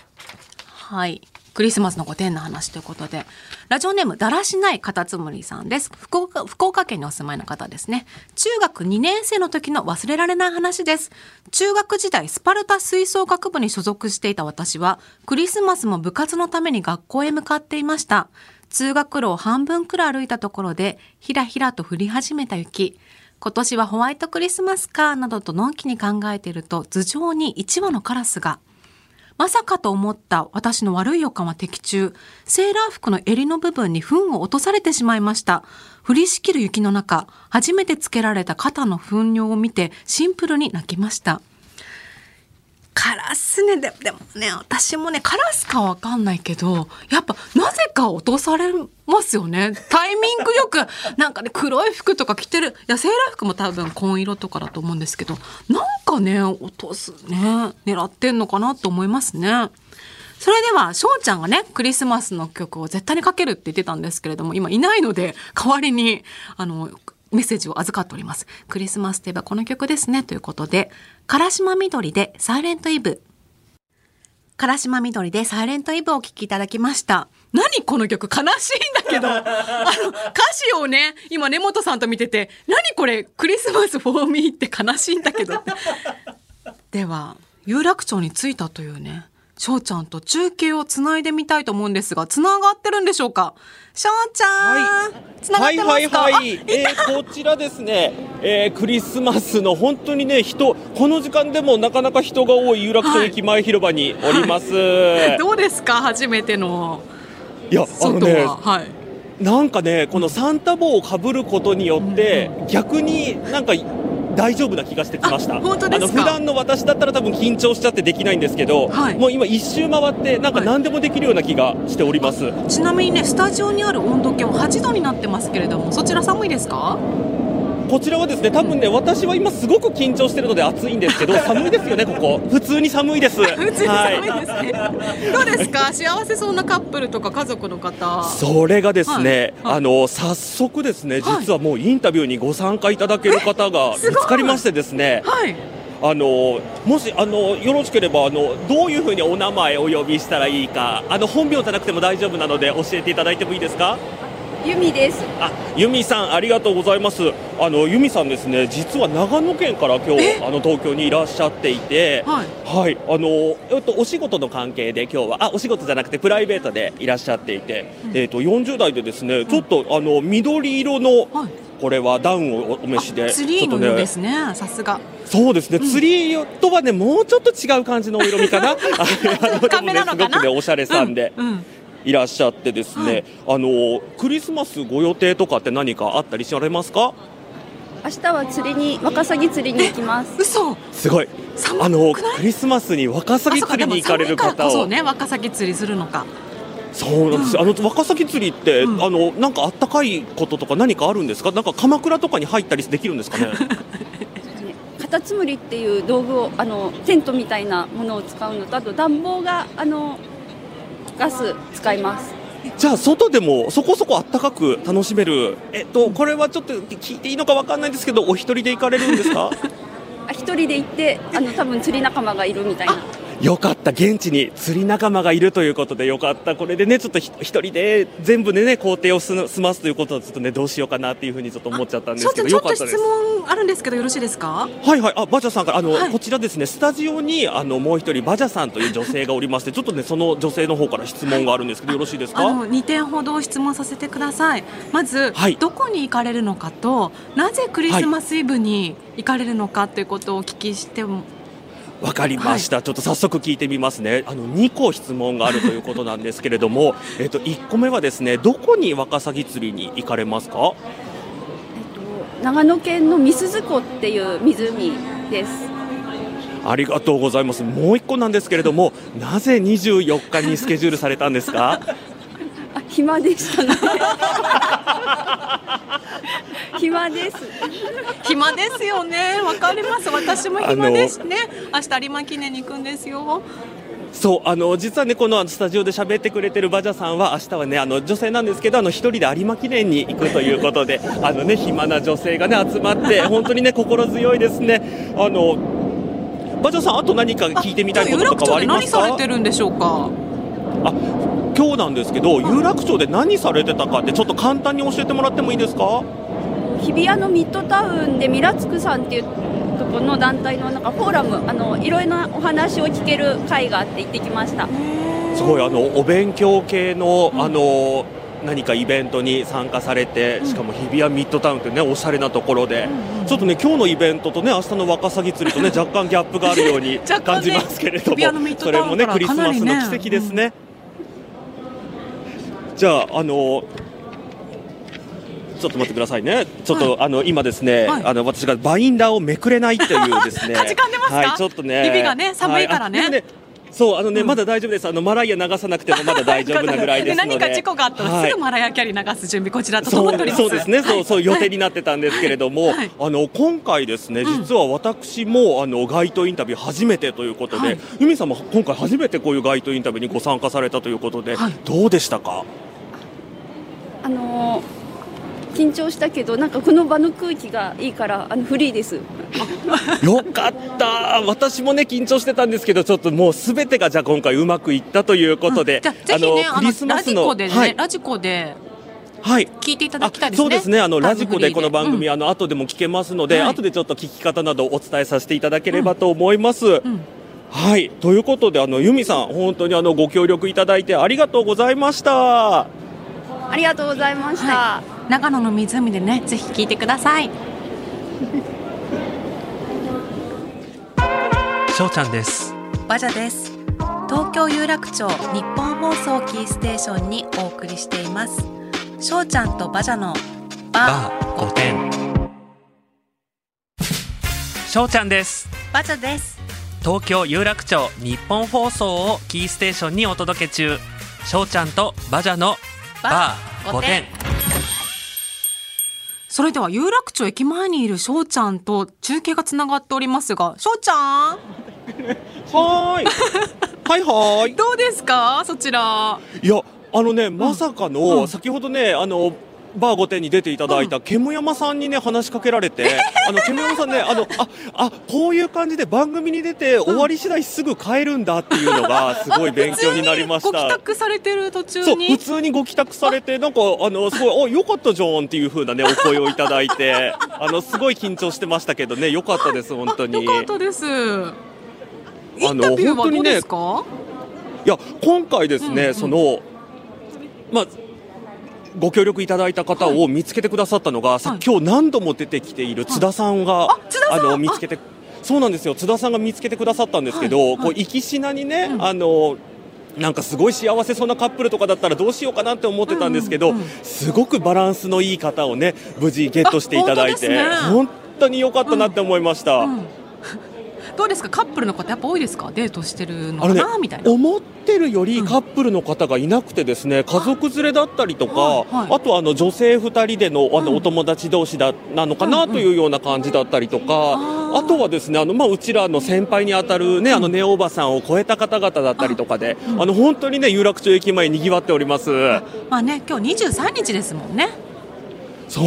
クリスマスの5点の話ということで、ラジオネームだらしないカタツムリさんです。福岡県にお住まいの方ですね。中学2年生の時の忘れられない話です。中学時代スパルタ吹奏楽部に所属していた私は、クリスマスも部活のために学校へ向かっていました。通学路を半分くらい歩いたところでひらひらと降り始めた雪。今年はホワイトクリスマスかなどとのんきに考えていると、頭上に1羽のカラスが。まさかと思った私の悪い予感は的中。セーラー服の襟の部分に糞を落とされてしまいました。降りしきる雪の中、初めてつけられた肩の糞尿を見てシンプルに泣きました。カラスね、でもね、私もね、カラスかわかんないけど、やっぱなぜか落とされますよね。タイミングよくなんかね、黒い服とか着てる。いや、セーラー服も多分紺色とかだと思うんですけど、なんかね、落とすね、狙ってんのかなと思いますね。それではしょうちゃんがね、クリスマスの曲を絶対にかけるって言ってたんですけれども、今いないので代わりにメッセージを預かっております。クリスマスといえばこの曲ですねということで、唐島みどりでサイレントイブ。唐島みどりでサイレントイブをお聴きいただきました。何この曲、悲しいんだけど歌詞をね、今根本さんと見てて、何これクリスマスフォーミーって悲しいんだけどでは有楽町に着いたというね、しょうちゃんと中継をつないでみたいと思うんですが、つながってるんでしょうか。しょうちゃん、つながってますか。 こちらですね、クリスマスの本当にね、この時間でもなかなか人が多い有楽町駅前広場におります、 どうですか、初めての外は。なんかね、このサンタ帽をかぶることによって、逆になんか大丈夫な気がしてきました。 本当ですか。 普段の私だったら多分緊張しちゃってできないんですけど、もう今一周回ってなんか何でもできるような気がしております、 ちなみにね、スタジオにある温度計は8度になってますけれども、そちら寒いですか。 こちらはですね、多分ね、私は今すごく緊張してるので暑いんですけど、寒いですよね、ここ。普通に寒いです。 普通に寒いですね。どうですか、幸せそうなカップルとか家族の方。 それがですね、早速ですね、実はもうインタビューにご参加いただける方が見つかりましてですね、もしよろしければどういうふうにお名前をお呼びしたらいいか、本名じゃなくても大丈夫なので教えていただいてもいいですか？ 由美です。 由美さん、ありがとうございます。由美さんですね、実は長野県から今日東京にいらっしゃっていて、お仕事の関係で今日はお仕事じゃなくてプライベートでいらっしゃっていて、40代でですね、ちょっと緑色の、これはダウンをお召しで、 ツリーの色ですね。さすが。 そうですね、ツリーとはね、もうちょっと違う感じのお色味かな。 深めなのかな。 すごくね、おしゃれさんで。いらっしゃってですね、クリスマスご予定とかって何かあったりされますか？ 明日はワカサギ釣りに行きます。 嘘。 すごい。クリスマスにワカサギ釣りに行かれる方を。 そうね、ワカサギ釣りするのか。 そうなんです。ワカサギ釣りって、なんかあったかいこととか何かあるんですか？なんか鎌倉とかに入ったりできるんですかね？ カタツムリっていう道具をテントみたいなものを使うのと、あと暖房がガス使います。 じゃあ外でもそこそこあったかく楽しめる。これはちょっと聞いていいのか分かんないんですけど、お一人で行かれるんですか？ 一人で行って多分釣り仲間がいるみたいな。 よかった、現地に釣り仲間がいるということでよかった。これでね、ちょっと一人で全部でね、工程を済ますということはちょっとね、どうしようかなっていうふうにちょっと思っちゃったんですけど、 ちょっと質問あるんですけどよろしいですか？ はいはい。バジャさんからこちらですね、スタジオにもう一人バジャさんという女性がおりまして、ちょっとね、その女性の方から質問があるんですけど、よろしいですか ？2点ほど質問させてください。まず、どこに行かれるのかと、なぜクリスマスイブに行かれるのかということをお聞きしても。 わかりました、ちょっと早速聞いてみますね。2個質問があるということなんですけれども1個目はですね、どこにワカサギ釣りに行かれますか？ 長野県の三鈴湖っていう湖です。 ありがとうございます。もう1個なんですけれども、なぜ24日にスケジュールされたんですか？ 暇でしたね。暇です。 暇ですよね。わかります。私も暇ですね。明日有馬記念に行くんですよ。 そう、実はね、このスタジオで喋ってくれてるバジャさんは明日はね、女性なんですけど、一人で有馬記念に行くということで、暇な女性がね集まって本当にね、心強いですね。バジャさん、あと何か聞いてみたいこととかはありますか？ 何されてるんでしょうか？ 今日なんですけど、有楽町で何されてたかってちょっと簡単に教えてもらってもいいですか？ 日比谷のミッドタウンでミラツクさんっていうところの団体のなんかフォーラム、いろいろなお話を聞ける会があって行ってきました。 すごいお勉強系の何かイベントに参加されて、しかも日比谷ミッドタウンってね、おしゃれなところで、ちょっとね、今日のイベントとね、明日のワカサギ釣りとね、若干ギャップがあるように感じますけれども、それもね、クリスマスの奇跡ですね。じゃあちょっと待ってくださいね。ちょっと、今ですね、私がバインダーをめくれないというですね。 時間出ますか？ ちょっとね、 指がね、寒いからね。 そうまだ大丈夫です。マライア流さなくてもまだ大丈夫なぐらいですので。 何か事故があったらすぐマライアキャリー流す準備こちらと思っております。 そうですね。そう予定になってたんですけれども、今回ですね、実は私も街頭インタビュー初めてということで、由美さんも今回初めてこういう街頭インタビューにご参加されたということで、どうでしたか？ 緊張したけど、なんかこの場の空気がいいからフリーです。 よかった。私もね、緊張してたんですけど、ちょっともうすべてがじゃあ今回うまくいったということで、 じゃあぜひね、 クリスマスのラジコで聞いていただきたいですね。 そうですね。ラジコでこの番組、後でも聞けますので、後でちょっと聞き方などお伝えさせていただければと思います。はい、ということで由美さん、本当にご協力いただいてありがとうございました。 ありがとうございました。 長野の湖でね、ぜひ聞いてください。 しょうちゃんです。 バジャです。東京有楽町日本放送キーステーションにお送りしています。しょうちゃんとバジャのバー5点。しょうちゃんです。 バジャです。 東京有楽町日本放送をキーステーションにお届け中、しょうちゃんとバジャのバー5点。 それでは有楽町駅前にいる翔ちゃんと中継がつながっておりますが、翔ちゃんはーいはいはい。 どうですかそちら。 いやまさかの、先ほどねバー5店に出ていただいた煙山さんにね話しかけられて、煙山さんねこういう感じで番組に出て終わり次第すぐ帰るんだっていうのがすごい勉強になりました。 ご帰宅されてる途中に。 そう普通にご帰宅されて、なんかすごいよかったじゃんっていう風なねお声をいただいてすごい緊張してましたけどね、よかったです本当に。 よかったです。インタビューはどうですか？ いや今回ですね、ご協力いただいた方を見つけてくださったのが、今日何度も出てきている津田さんが、見つけて、そうなんですよ、津田さんが見つけてくださったんですけど、こう行きしなにね、なんかすごい幸せそうなカップルとかだったらどうしようかなって思ってたんですけど、すごくバランスのいい方をね無事ゲットしていただいて、本当に良かったなって思いました。 どうですか、カップルの方やっぱ多いですか、デートしてるのかな、みたいな。 思ってるよりカップルの方がいなくてですね、家族連れだったりとか、あと女性2人でのお友達同士なのかなというような感じだったりとか、あとはですねうちらの先輩にあたるねネオおばさんを超えた方々だったりとかで、本当にね有楽町駅前にぎわっております。 まあね、今日23日ですもんね。 そう、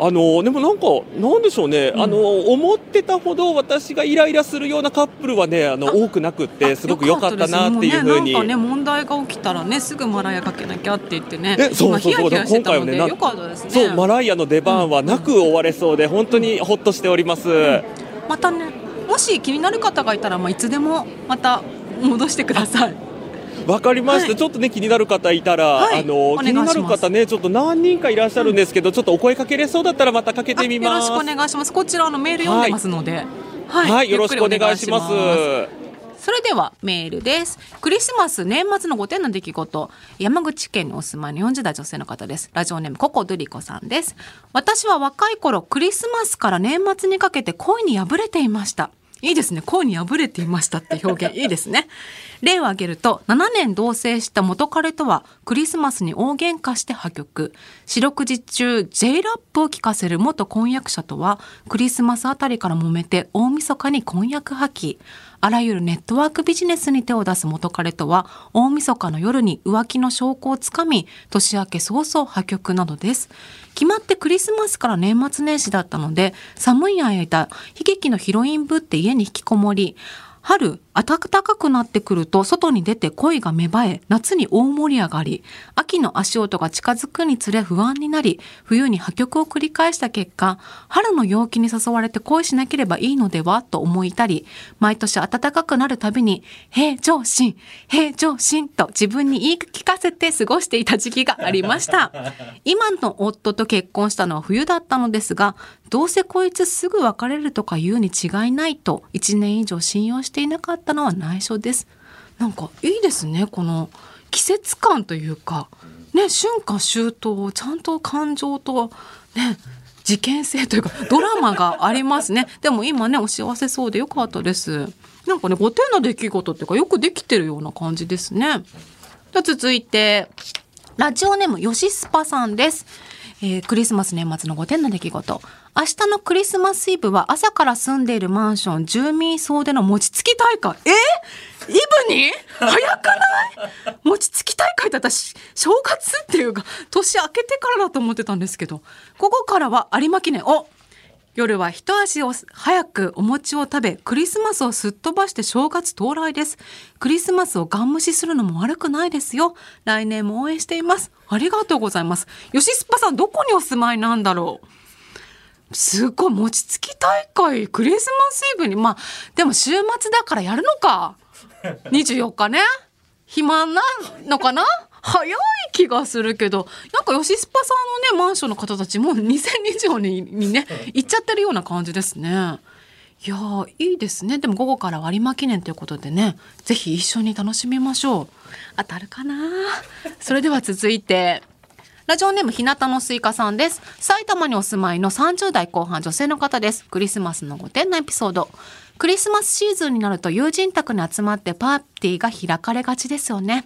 でもなんでしょうね、思ってたほど私がイライラするようなカップルはね多くなくってすごく良かったなっていうふうに。 なんかね問題が起きたらねすぐマライアかけなきゃって言ってね、 そうヒヤヒヤしてたので良かったですね。 そうマライアの出番はなく終われそうで、本当にほっとしております。 またね、もし気になる方がいたらいつでもまた戻してください。 わかりました、ちょっとね気になる方いたら、気になる方ねちょっと何人かいらっしゃるんですけど、ちょっとお声かけれそうだったらまたかけてみます。 よろしくお願いします。こちらメール読んでますので、 よろしくお願いします。 それではメールです。クリスマス年末の5点の出来事。山口県にお住まいの40代女性の方です。ラジオネームココドゥリコさんです。私は若い頃クリスマスから年末にかけて恋に破れていました。いいですね。恋に破れていましたって表現いいですね。例を挙げると、7年同棲した元彼とはクリスマスに大喧嘩して破局。四六時中 J ラップを聴かせる元婚約者とはクリスマスあたりから揉めて大晦日に婚約破棄。あらゆるネットワークビジネスに手を出す元彼とは大晦日の夜に浮気の証拠をつかみ、年明け早々破局などです。決まってクリスマスから年末年始だったので、寒い間悲劇のヒロインぶって家に引きこもり、春暖かくなってくると外に出て恋が芽生え、夏に大盛り上がり、秋の足音が近づくにつれ不安になり、冬に破局を繰り返した結果、春の陽気に誘われて恋しなければいいのではと思いたり、毎年暖かくなるたびに平常心と自分に言い聞かせて過ごしていた時期がありました。今の夫と結婚したのは冬だったのですが、どうせこいつすぐ別れるとか言うに違いないと1年以上信用していなかったのは内緒です。なんかいいですね、この季節感というかね、春夏秋冬ちゃんと感情とね事件性というかドラマがありますね。でも今ねお幸せそうでよかったです。なんかね5点の出来事っていうかよくできてるような感じですね。では続いてラジオネームよしスパさんです。クリスマス年末の5点の出来事。明日のクリスマスイブは朝から住んでいるマンション住民総での餅つき大会。イブに早くない餅つき大会って私正月っていうか年明けてからだと思ってたんですけど、午後からは有馬記念。夜は一足を早くお餅を食べ、クリスマスをすっ飛ばして正月到来です。クリスマスをガン無視するのも悪くないですよ。来年も応援しています。ありがとうございます。よしすっぱさんどこにお住まいなんだろう。すごい餅つき大会クリスマスイブに。でも週末だからやるのか。24日ね。暇なのかな。早い気がするけど、なんかよしすっぱさんのねマンションの方たちも2024年にね行っちゃってるような感じですね。いやーいいですね。でも午後からは有馬記念ということでね、ぜひ一緒に楽しみましょう。当たるかな。それでは続いてラジオネームひなたのすいかさんです。埼玉にお住まいの30代後半女性の方です。クリスマスの5点のエピソード。クリスマスシーズンになると友人宅に集まってパーティーが開かれがちですよね。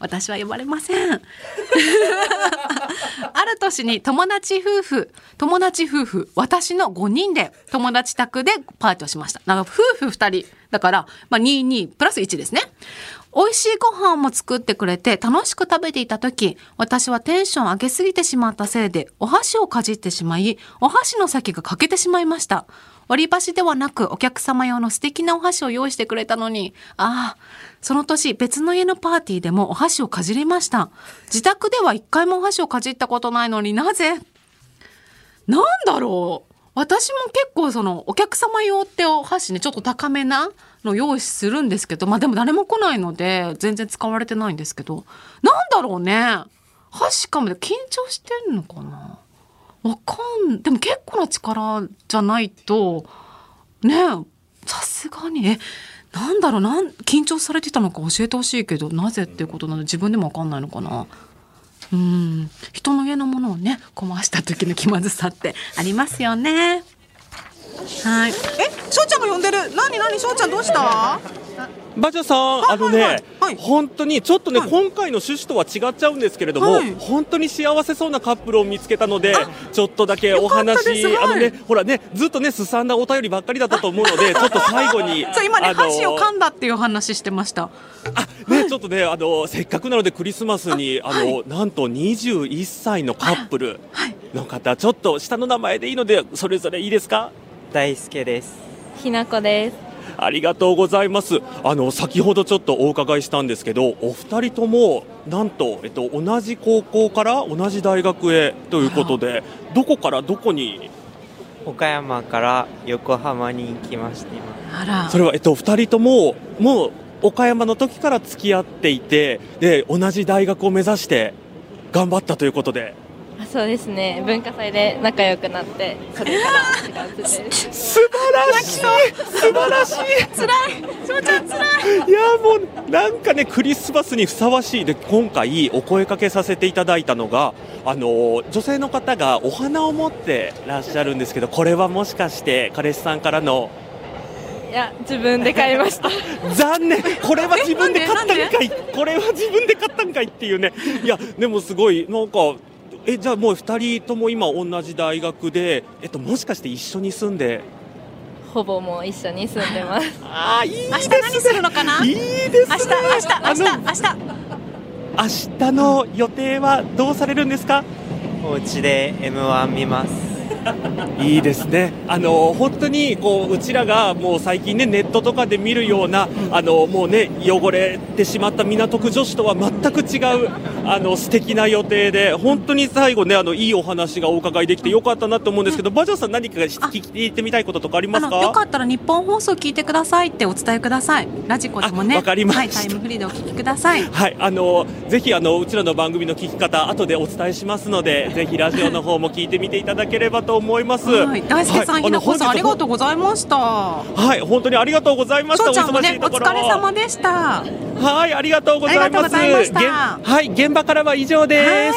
私は呼ばれません。ある年に友達夫婦、私の5人で友達宅でパーティーをしました。だから夫婦2人だから、22プラス1ですね。美味しいご飯も作ってくれて楽しく食べていた時、私はテンション上げすぎてしまったせいでお箸をかじってしまい、お箸の先が欠けてしまいました。割り箸ではなくお客様用の素敵なお箸を用意してくれたのに、その年別の家のパーティーでもお箸をかじりました。自宅では一回もお箸をかじったことないのになぜ？なんだろう。私も結構お客様用ってお箸ね、ちょっと高めなの用意するんですけど、でも誰も来ないので全然使われてないんですけど、なんだろうね。箸かもで緊張してんのかな。でも結構な力じゃないとね、さすがになんだろう、緊張されてたのか教えてほしいけど、なぜっていうことなので自分でも分かんないのかな。人の家のものをね壊した時の気まずさってありますよね。はい。しょうちゃんが呼んでる。何しょうちゃんどうした？ バジャさん、本当にちょっとね、今回の趣旨とは違っちゃうんですけれども、本当に幸せそうなカップルを見つけたので、ちょっとだけお話、ほらね、ずっとねすさんだお便りばっかりだったと思うので、ちょっと最後に今ね、箸を噛んだっていう話してました。 ちょっとね、せっかくなのでクリスマスになんと21歳のカップルの方、ちょっと下の名前でいいのでそれぞれいいですか？ 大輔です。 ひなこです。 ありがとうございます。先ほどちょっとお伺いしたんですけど、お二人ともなんと、同じ高校から同じ大学へということで、どこからどこに？ 岡山から横浜に来ました今。 それは、二人とももう岡山の時から付き合っていて、で同じ大学を目指して頑張ったということで。 そうですね、文化祭で仲良くなって、それから違うです。 素晴らしいつらい、しょうちゃんつらい。 いやもうなんかね、クリスマスにふさわしいで、今回お声かけさせていただいたのが、女性の方がお花を持ってらっしゃるんですけど、これはもしかして彼氏さんからの？ いや、自分で買いました。 残念、これは自分で買ったんかい、これは自分で買ったんかいっていうね。いやでもすごいなんか、じゃあもう2人とも今同じ大学で、もしかして一緒に住んで？ ほぼもう一緒に住んでます。 いいですね。 明日何するのかな？ いいですね。明日の予定はどうされるんですか？ お家で M1 見ます。 いいですね。本当にうちらがもう最近ね、ネットとかで見るようなもうね、汚れてしまった港区女子とは全く違う素敵な予定で、本当に最後ね、いいお話がお伺いできてよかったなと思うんですけど、バジャさん何か聞いてみたいこととかありますか？ よかったら日本放送聞いてくださいってお伝えください。ラジコでもね、 わかりました。 タイムフリーでお聞きください。 はい、ぜひうちらの番組の聞き方後でお伝えしますので、ぜひラジオの方も聞いてみていただければと思います。 大輔さん、ひなこさん、ありがとうございました。 はい、本当にありがとうございました。 しょうちゃんもね、お疲れ様でした。 はい、ありがとうございます。はい、現場からは以上です。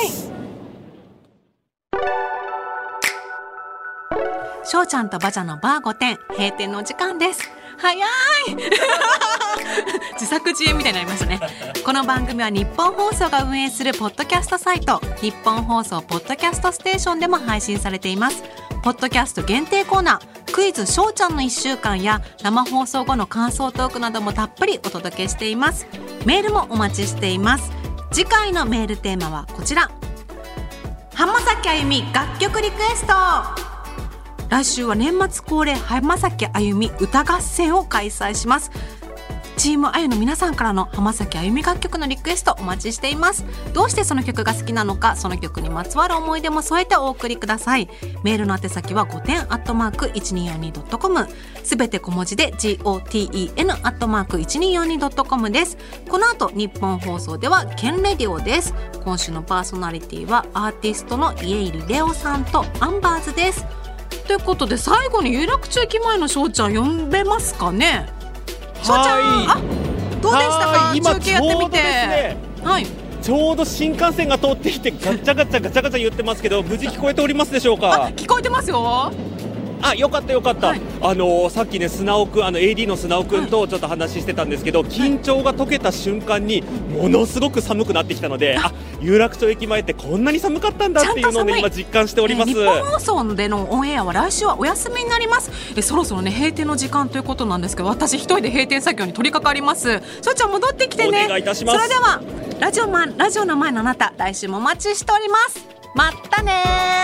しょうちゃんとバジャのバー5点、閉店のお時間です。早い自作自演みたいになりましたね。この番組は日本放送が運営するポッドキャストサイト、日本放送ポッドキャストステーションでも配信されています。ポッドキャスト限定コーナー、クイズしょうちゃんの1週間や生放送後の感想トークなどもたっぷりお届けしています。メールもお待ちしています。次回のメールテーマはこちら、浜崎あゆみ楽曲リクエスト。来週は年末恒例浜崎あゆみ歌合戦を開催します。チームあゆの皆さんからの浜崎あゆみ楽曲のリクエストお待ちしています。どうしてその曲が好きなのか、その曲にまつわる思い出も添えてお送りください。メールの宛先は5点@1242.com、 すべて小文字で GOTEN@1242.com です。この後日本放送ではケンレディオです。今週のパーソナリティはアーティストの家入レオさんとアンバーズです。ということで、最後に有楽町駅前のしょうちゃん呼べますかね。しょうちゃん、どうでしたか？中継やってみて。 ちょうど新幹線が通ってきてガチャガチャガチャガチャ言ってますけど、無事聞こえておりますでしょうか？ 聞こえてますよ。 よかったよかった、はい、さっきね砂尾くんAD の砂尾くんとちょっと話してたんですけど、緊張が解けた瞬間にものすごく寒くなってきたので、有楽町駅前ってこんなに寒かったんだっていうのをね今実感しております。 日本放送でのオンエアは来週はお休みになります。そろそろね閉店の時間ということなんですけど、私一人で閉店作業に取り掛かります。しょうちゃん戻ってきてね。 お願いいたします。 それではラジオの前のあなた、来週もお待ちしております。またね。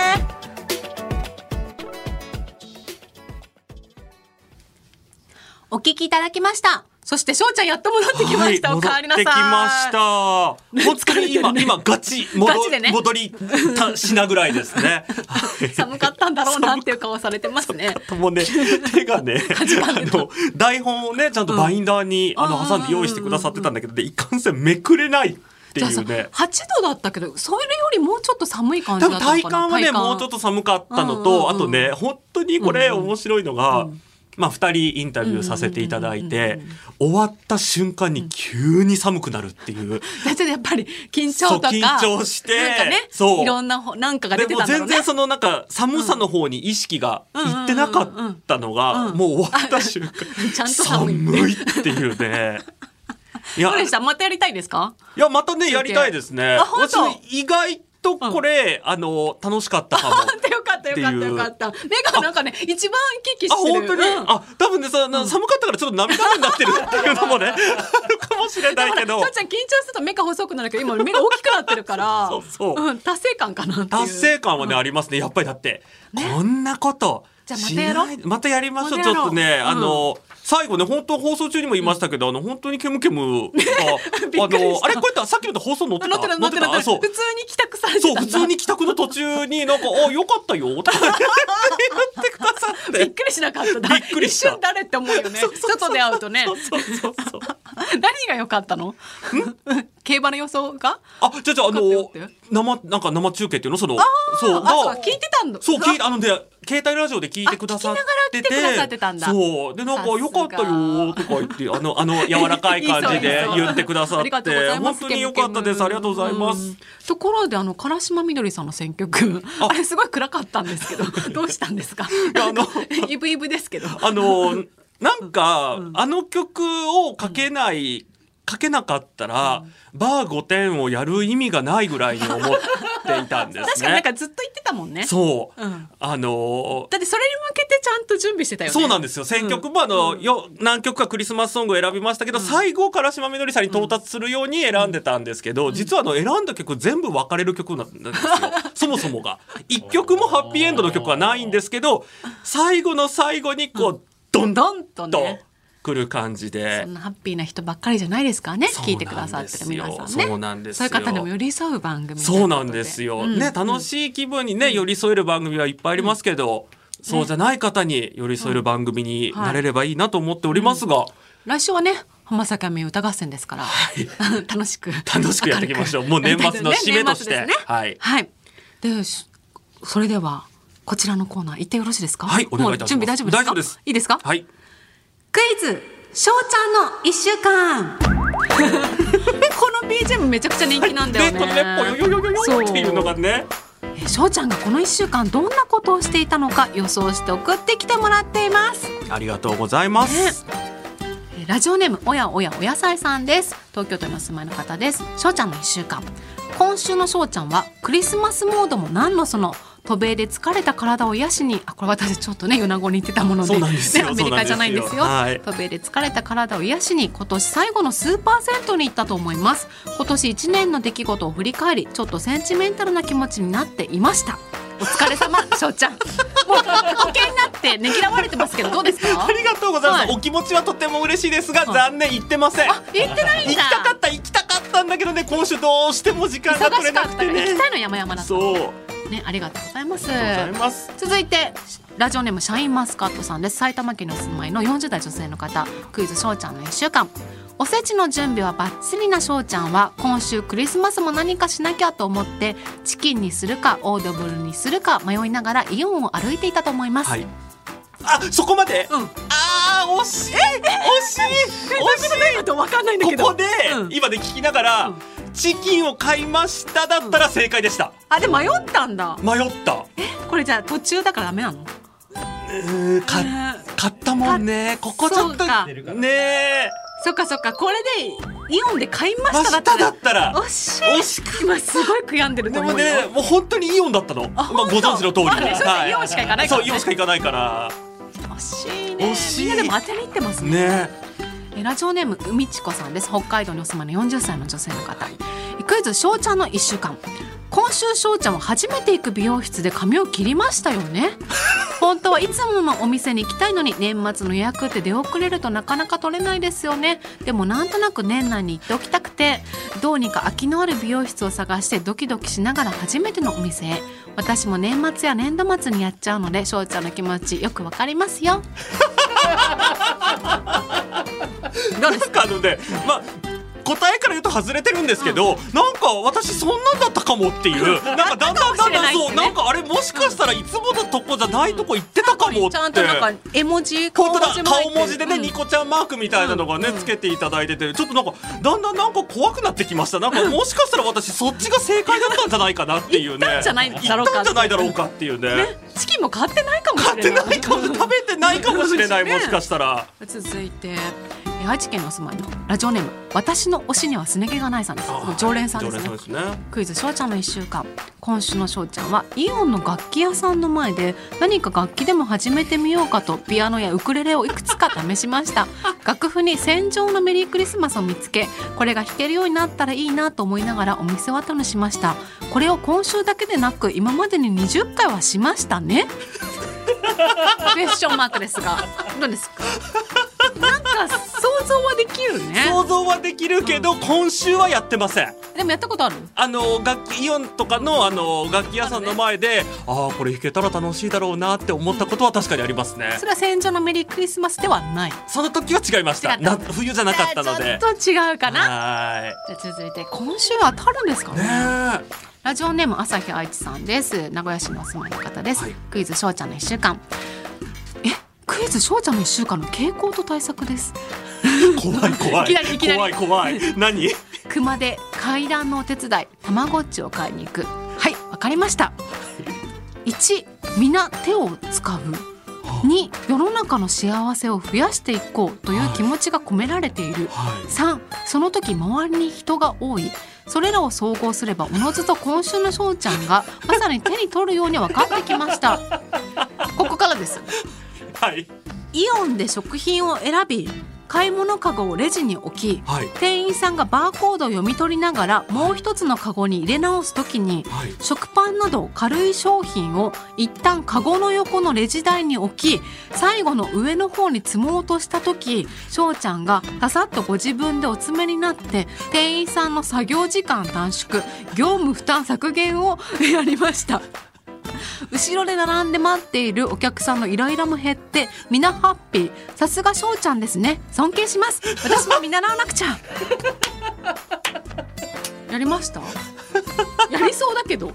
お聞きいただきました。そしてしょうちゃんやっと戻ってきました。おかえりなさい。 戻ってきました。本当に今ガチでね戻りしなぐらいですね。 寒かったんだろうなっていう顔されてますね。 もうね手がね台本をねちゃんとバインダーに挟んで用意してくださってたんだけど、いかんせんめくれないっていうね。 8度だったけどそれよりもうちょっと寒い感じだったのかな。 体感はねもうちょっと寒かったのと、あとね本当にこれ面白いのが、2人インタビューさせていただいて、終わった瞬間に急に寒くなるっていう。 だってやっぱり緊張とか緊張してなんかね、いろんななんかが出てたんだろうね。 でも全然そのなんか寒さの方に意識がいってなかったのが、もう終わった瞬間ちゃんと寒いっていうね。 どうでした？またやりたいですか？ いやまたねやりたいですね。私意外とこれ、楽しかったかも。 よかった目がなんかね一番キキしてる。 本当に、多分ね寒かったからちょっと涙目になってるっていうのもねあるかもしれないけど、 しょうちゃん緊張すると目が細くなるけど今目が大きくなってるから達成感かなっていう。 達成感はね、ありますね。やっぱりだって、こんなことじゃあまたやろう。 またやりましょう。ちょっとね最後ね本当放送中にも言いましたけど、本当にケムケムがあれこうやってさっきの放送載ってたそう普通に帰宅されてたんだ。 そう普通に帰宅の途中になんかよかったよって言ってくださってびっくりしなかった。 びっくりした。 一瞬誰って思うよね。外で会うとね。何が良かったの？競馬の予想が？ 生中継っていうのそう聞いてたんだ。 そう携帯ラジオで聞いてくださってて、そうでなんか良かったよとか言って柔らかい感じで言ってくださって本当に良かったです。ありがとうございます。 ところで唐島みどりさんの選曲あれすごい暗かったんですけどどうしたんですか？イブイブですけどなんか曲をかけなかったら、バー5点をやる意味がないぐらいに思っていたんですね。 確かになんかずっと言ってたもんね。 そう、 だってそれに向けてちゃんと準備してたよね。 そうなんですよ。選曲も何曲かクリスマスソングを選びましたけど、最後唐島みどりさんに到達するように選んでたんですけど、実は選んだ曲全部分かれる曲なんですよそもそもが1曲もハッピーエンドの曲はないんですけど、最後の最後にドンドンとね来る感じで、 そんなハッピーな人ばっかりじゃないですからね。聞いてくださってる皆さんね。 そうなんですよ。 そういう方にも寄り添う番組。 そうなんですよ、楽しい気分にね寄り添える番組はいっぱいありますけど、そうじゃない方に寄り添える番組になれればいいなと思っておりますが、 来週はね浜崎あゆみ歌合戦ですから、楽しくやっていきましょう。もう年末の締めとして、 でそれではこちらのコーナー行ってよろしいですか？ はい、お願いいたします。 準備大丈夫ですか？ 大丈夫です。 いいですか？ はい。 クイズしょうちゃんの1週間この BGM めちゃくちゃ人気なんだよね。 そうっていうのがね、 しょうちゃんがこの1週間どんなことをしていたのか予想して送ってきてもらっています。 ありがとうございます、 ラジオネームおやお野菜さんです。東京都にお住まいの方です。しょうちゃんの1週間、今週のしょうちゃんはクリスマスモードも何のその渡米で疲れた体を癒しに、これ私ちょっとね米子に行ってたもので、アメリカじゃないんですよ。渡米で疲れた体を癒しに今年最後のスーパー銭湯に行ったと思います。今年1年の出来事を振り返り、ちょっとセンチメンタルな気持ちになっていました。お疲れ様しょうちゃん、もう保険になってねぎらわれてますけどどうですか？ ありがとうございます、お気持ちはとても嬉しいですが、残念行ってません。 行ってないんだ。 行きたかったんだけどね、今週どうしても時間が取れなくてね。 行きたいの山々だった。 そうね、ありがとうございます。続いてラジオネームシャインマスカットさんです。埼玉県にお住まいの40代女性の方。クイズしょうちゃんの1週間、おせちの準備はバッチリなしょうちゃんは今週クリスマスも何かしなきゃと思ってチキンにするかオードブルにするか迷いながらイオンを歩いていたと思います、 そこまで、惜しい分かんないんだけど、 ここで、今で聞きながら、チキンを買いましただったら正解でした。 で迷ったんだ。 迷った。 これじゃあ途中だからダメなの？ 買ったもんね。ここちょっとね。 そっかこれでイオンで買いましただったら惜しく今すごい悔やんでると思うよ。 でもね、もう本当にイオンだったの。ご存知の通りイオンしか行かないから、 そうイオンしか行かないから。 惜しいね。みんなでも当てに行ってますね。ラジオネーム海ちこさんです。北海道にお住まいの40歳の女性の方。クイズしょうちゃんの1週間。今週しょうちゃんは初めて行く美容室で髪を切りましたよね。本当はいつものお店に行きたいのに年末の予約って出遅れるとなかなか取れないですよね。でもなんとなく年内に行っておきたくて、どうにか空きのある美容室を探してドキドキしながら初めてのお店へ。私も年末や年度末にやっちゃうのでしょうちゃんの気持ちよくわかりますよ。どうですか？ 答えから言うと外れてるんですけど、なんか私そんなんだったかもっていうなんかだんだんそうなんかあれもしかしたらいつものとこじゃないとこ行ってたかもって。 ちゃんとなんか絵文字顔文字でね、ニコちゃんマークみたいなのがねつけていただいてて、ちょっとなんかだんだんなんか怖くなってきました。なんかもしかしたら私そっちが正解だったんじゃないかなっていうね。 行ったんじゃないだろうかっていうね。 チキンも買ってないかもしれない。 食べてないかもしれないもしかしたら。 続いて愛知県のお住まいのラジオネーム私の推しにはすね毛がないさんです。常連さんですね。クイズしょうちゃんの1週間。今週のしょうちゃんはイオンの楽器屋さんの前で何か楽器でも始めてみようかとピアノやウクレレをいくつか試しました。楽譜に戦場のメリークリスマスを見つけ、これが弾けるようになったらいいなと思いながらお店を後にしました。これを今週だけでなく今までに20回はしましたね。クエスチョンマークですがどうですか？なんか想像はできるね。 想像はできるけど、今週はやってません。 でもやったことある？ イオンとかの楽器屋さんの前で、これ弾けたら楽しいだろうなって思ったことは確かにありますね。 それは戦場のメリークリスマスではない？ その時は違いました。冬じゃなかったので。 ちょっと違うかな。じゃあ続いて今週当たるんですかね。ラジオネーム朝日愛知さんです。名古屋市のお住まいの方です。クイズしょうちゃんの1週間。クイズしょうちゃんの1週間の傾向と対策です。 怖い怖い。何？ 熊で階段のお手伝い、たまごっちを買いに行く。はい、わかりました。1、皆手を使う。2、世の中の幸せを増やしていこうという気持ちが込められている。3、その時周りに人が多い。それらを総合すればおのずと今週のしょうちゃんがまさに手に取るように分かってきました。ここからです。イオンで食品を選び、買い物かごをレジに置き、店員さんがバーコードを読み取りながらもう一つのかごに入れ直すときに、食パンなど軽い商品を一旦かごの横のレジ台に置き、最後の上の方に積もうとしたとき、しょうちゃんがささっとご自分でお詰めになって店員さんの作業時間短縮、業務負担削減をやりました。後ろで並んで待っているお客さんのイライラも減って皆ハッピー。さすがしょうちゃんですね。尊敬します。私も見習わなくちゃ。やりました？やりそうだけど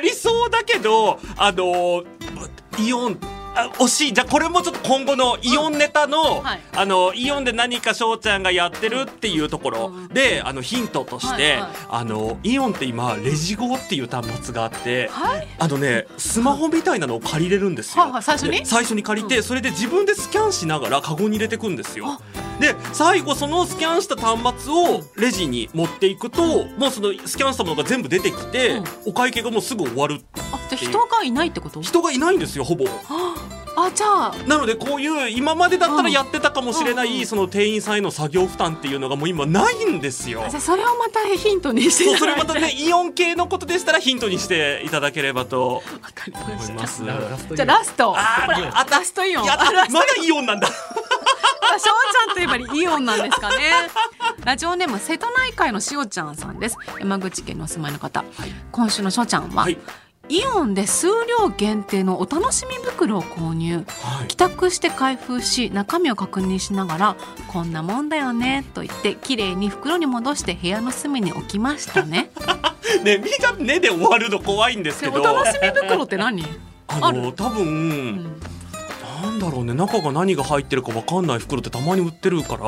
イオン惜しい。じゃあこれもちょっと今後のイオンネタの、イオンで何かしょうちゃんがやってるっていうところで、ヒントとして、イオンって今レジ号っていう端末があって、スマホみたいなのを借りれるんですよ。最初に借りて、それで自分でスキャンしながらカゴに入れてくんですよ。で最後そのスキャンした端末をレジに持っていくと、もうそのスキャンしたものが全部出てきて、お会計がもうすぐ終わるっていう。 じゃあ人がいないってこと？ 人がいないんですよ、ほぼ。 じゃあなのでこういう今までだったらやってたかもしれないその店員さんへの作業負担っていうのがもう今ないんですよ。 じゃあそれをまたヒントにしていただいて、 それまたねイオン系のことでしたらヒントにしていただければと思います。 じゃあラスト。ラストイオン。 まだイオンなんだ。 しょうちゃんといえばイオンなんですかね。ラジオネーム瀬戸内海のしおちゃんさんです。山口県のお住まいの方。今週のしょうちゃんは、イオンで数量限定のお楽しみ袋を購入、帰宅して開封し中身を確認しながらこんなもんだよねと言ってきれいに袋に戻して部屋の隅に置きましたね。 ね、みがねで終わるの怖いんですけど、 お楽しみ袋って何？ 多分、なんだろうね、中が何が入ってるか分かんない袋ってたまに売ってるから、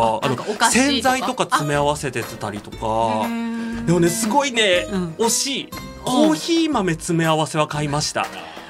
洗剤とか詰め合わせてたりとか。でもねすごいね、惜しい。コーヒー豆詰め合わせは買いました。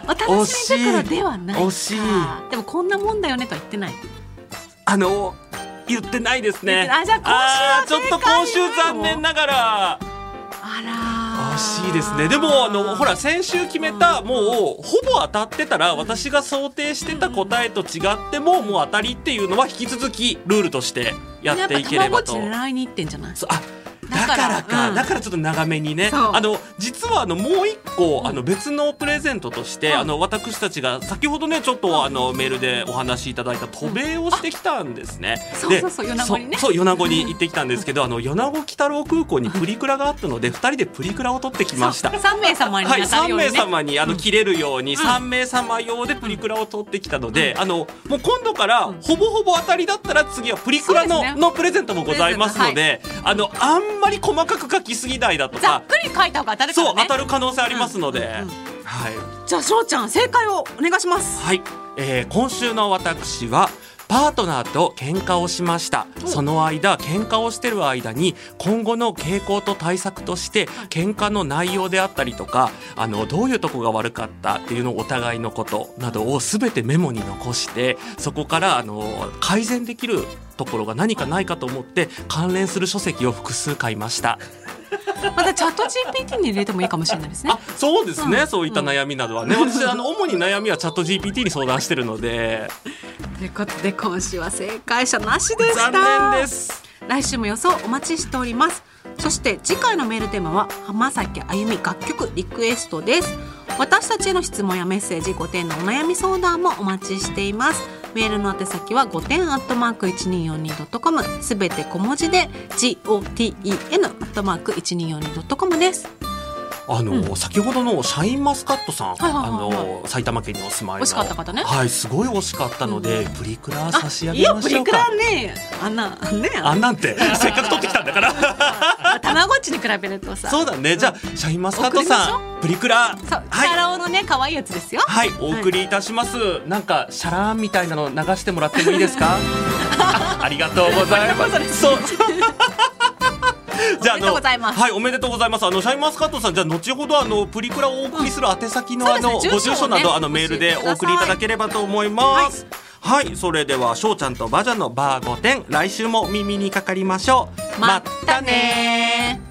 お楽しみ袋ではないか。 惜しい。 でもこんなもんだよねとは言ってない。 言ってないですね。 じゃあ今週はちょっと今週残念ながら。惜しいですね。でもほら先週決めた、もうほぼ当たってたら、私が想定してた答えと違ってももう当たりっていうのは引き続きルールとしてやっていければと。 やっぱたまごっち狙いにいってんじゃない。 だからちょっと長めにね。実はもう一個別のプレゼントとして、私たちが先ほどねちょっとメールでお話しいただいた渡米をしてきたんですね。 そう米子にね。 そう米子に行ってきたんですけど、米子北郎空港にプリクラがあったので2人でプリクラを撮ってきました。 3名様に当たるようにね。 3名様に切れるように3名様用でプリクラを撮ってきたので、もう今度からほぼほぼ当たりだったら次はプリクラのプレゼントもございますので、あんまり細かく書きすぎないだとか、 ざっくり書いた方が当たるからね。 そう当たる可能性ありますので、 じゃあしょうちゃん正解をお願いします。 はい、今週の私はパートナーと喧嘩をしました。その間喧嘩をしてる間に今後の傾向と対策として喧嘩の内容であったりとか、どういうとこが悪かったっていうのをお互いのことなどを全てメモに残して、そこから改善できるところが何かないかと思って関連する書籍を複数買いました。 またチャット GPT に入れてもいいかもしれないですね。 そうですね、そういった悩みなどはね、私主に悩みはチャット GPT に相談してるので。 ということで今週は正解者なしでした。 残念です。 来週も予想お待ちしております。そして次回のメールテーマは浜崎あゆみ楽曲リクエストです。私たちへの質問やメッセージ、5点のお悩み相談もお待ちしています。メールの宛先は5点@1242.com、 すべて小文字で GOTEN@1242.com です。 先ほどのシャインマスカットさん、埼玉県にお住まいの惜しかった方ね。 はい、すごい惜しかったので、プリクラ差し上げましょうか。 いやプリクラね、あんなんてせっかく取ってきたんだからたまごっちに比べるとさ。 そうだね。じゃあシャインマスカットさんプリクラ、 キャラのね可愛いやつですよ。 はい、お送りいたします。なんかシャラーンみたいなの流してもらってもいいですかありがとうございます。そうじゃあおめでとうございます。はい、おめでとうございます。シャインマスカットさん、じゃあ後ほどプリクラをお送りする宛先のご住所などメールでお送りいただければと思います。はい、それではしょうちゃんとバジャンのバー5点、来週も耳にかかりましょう。またね。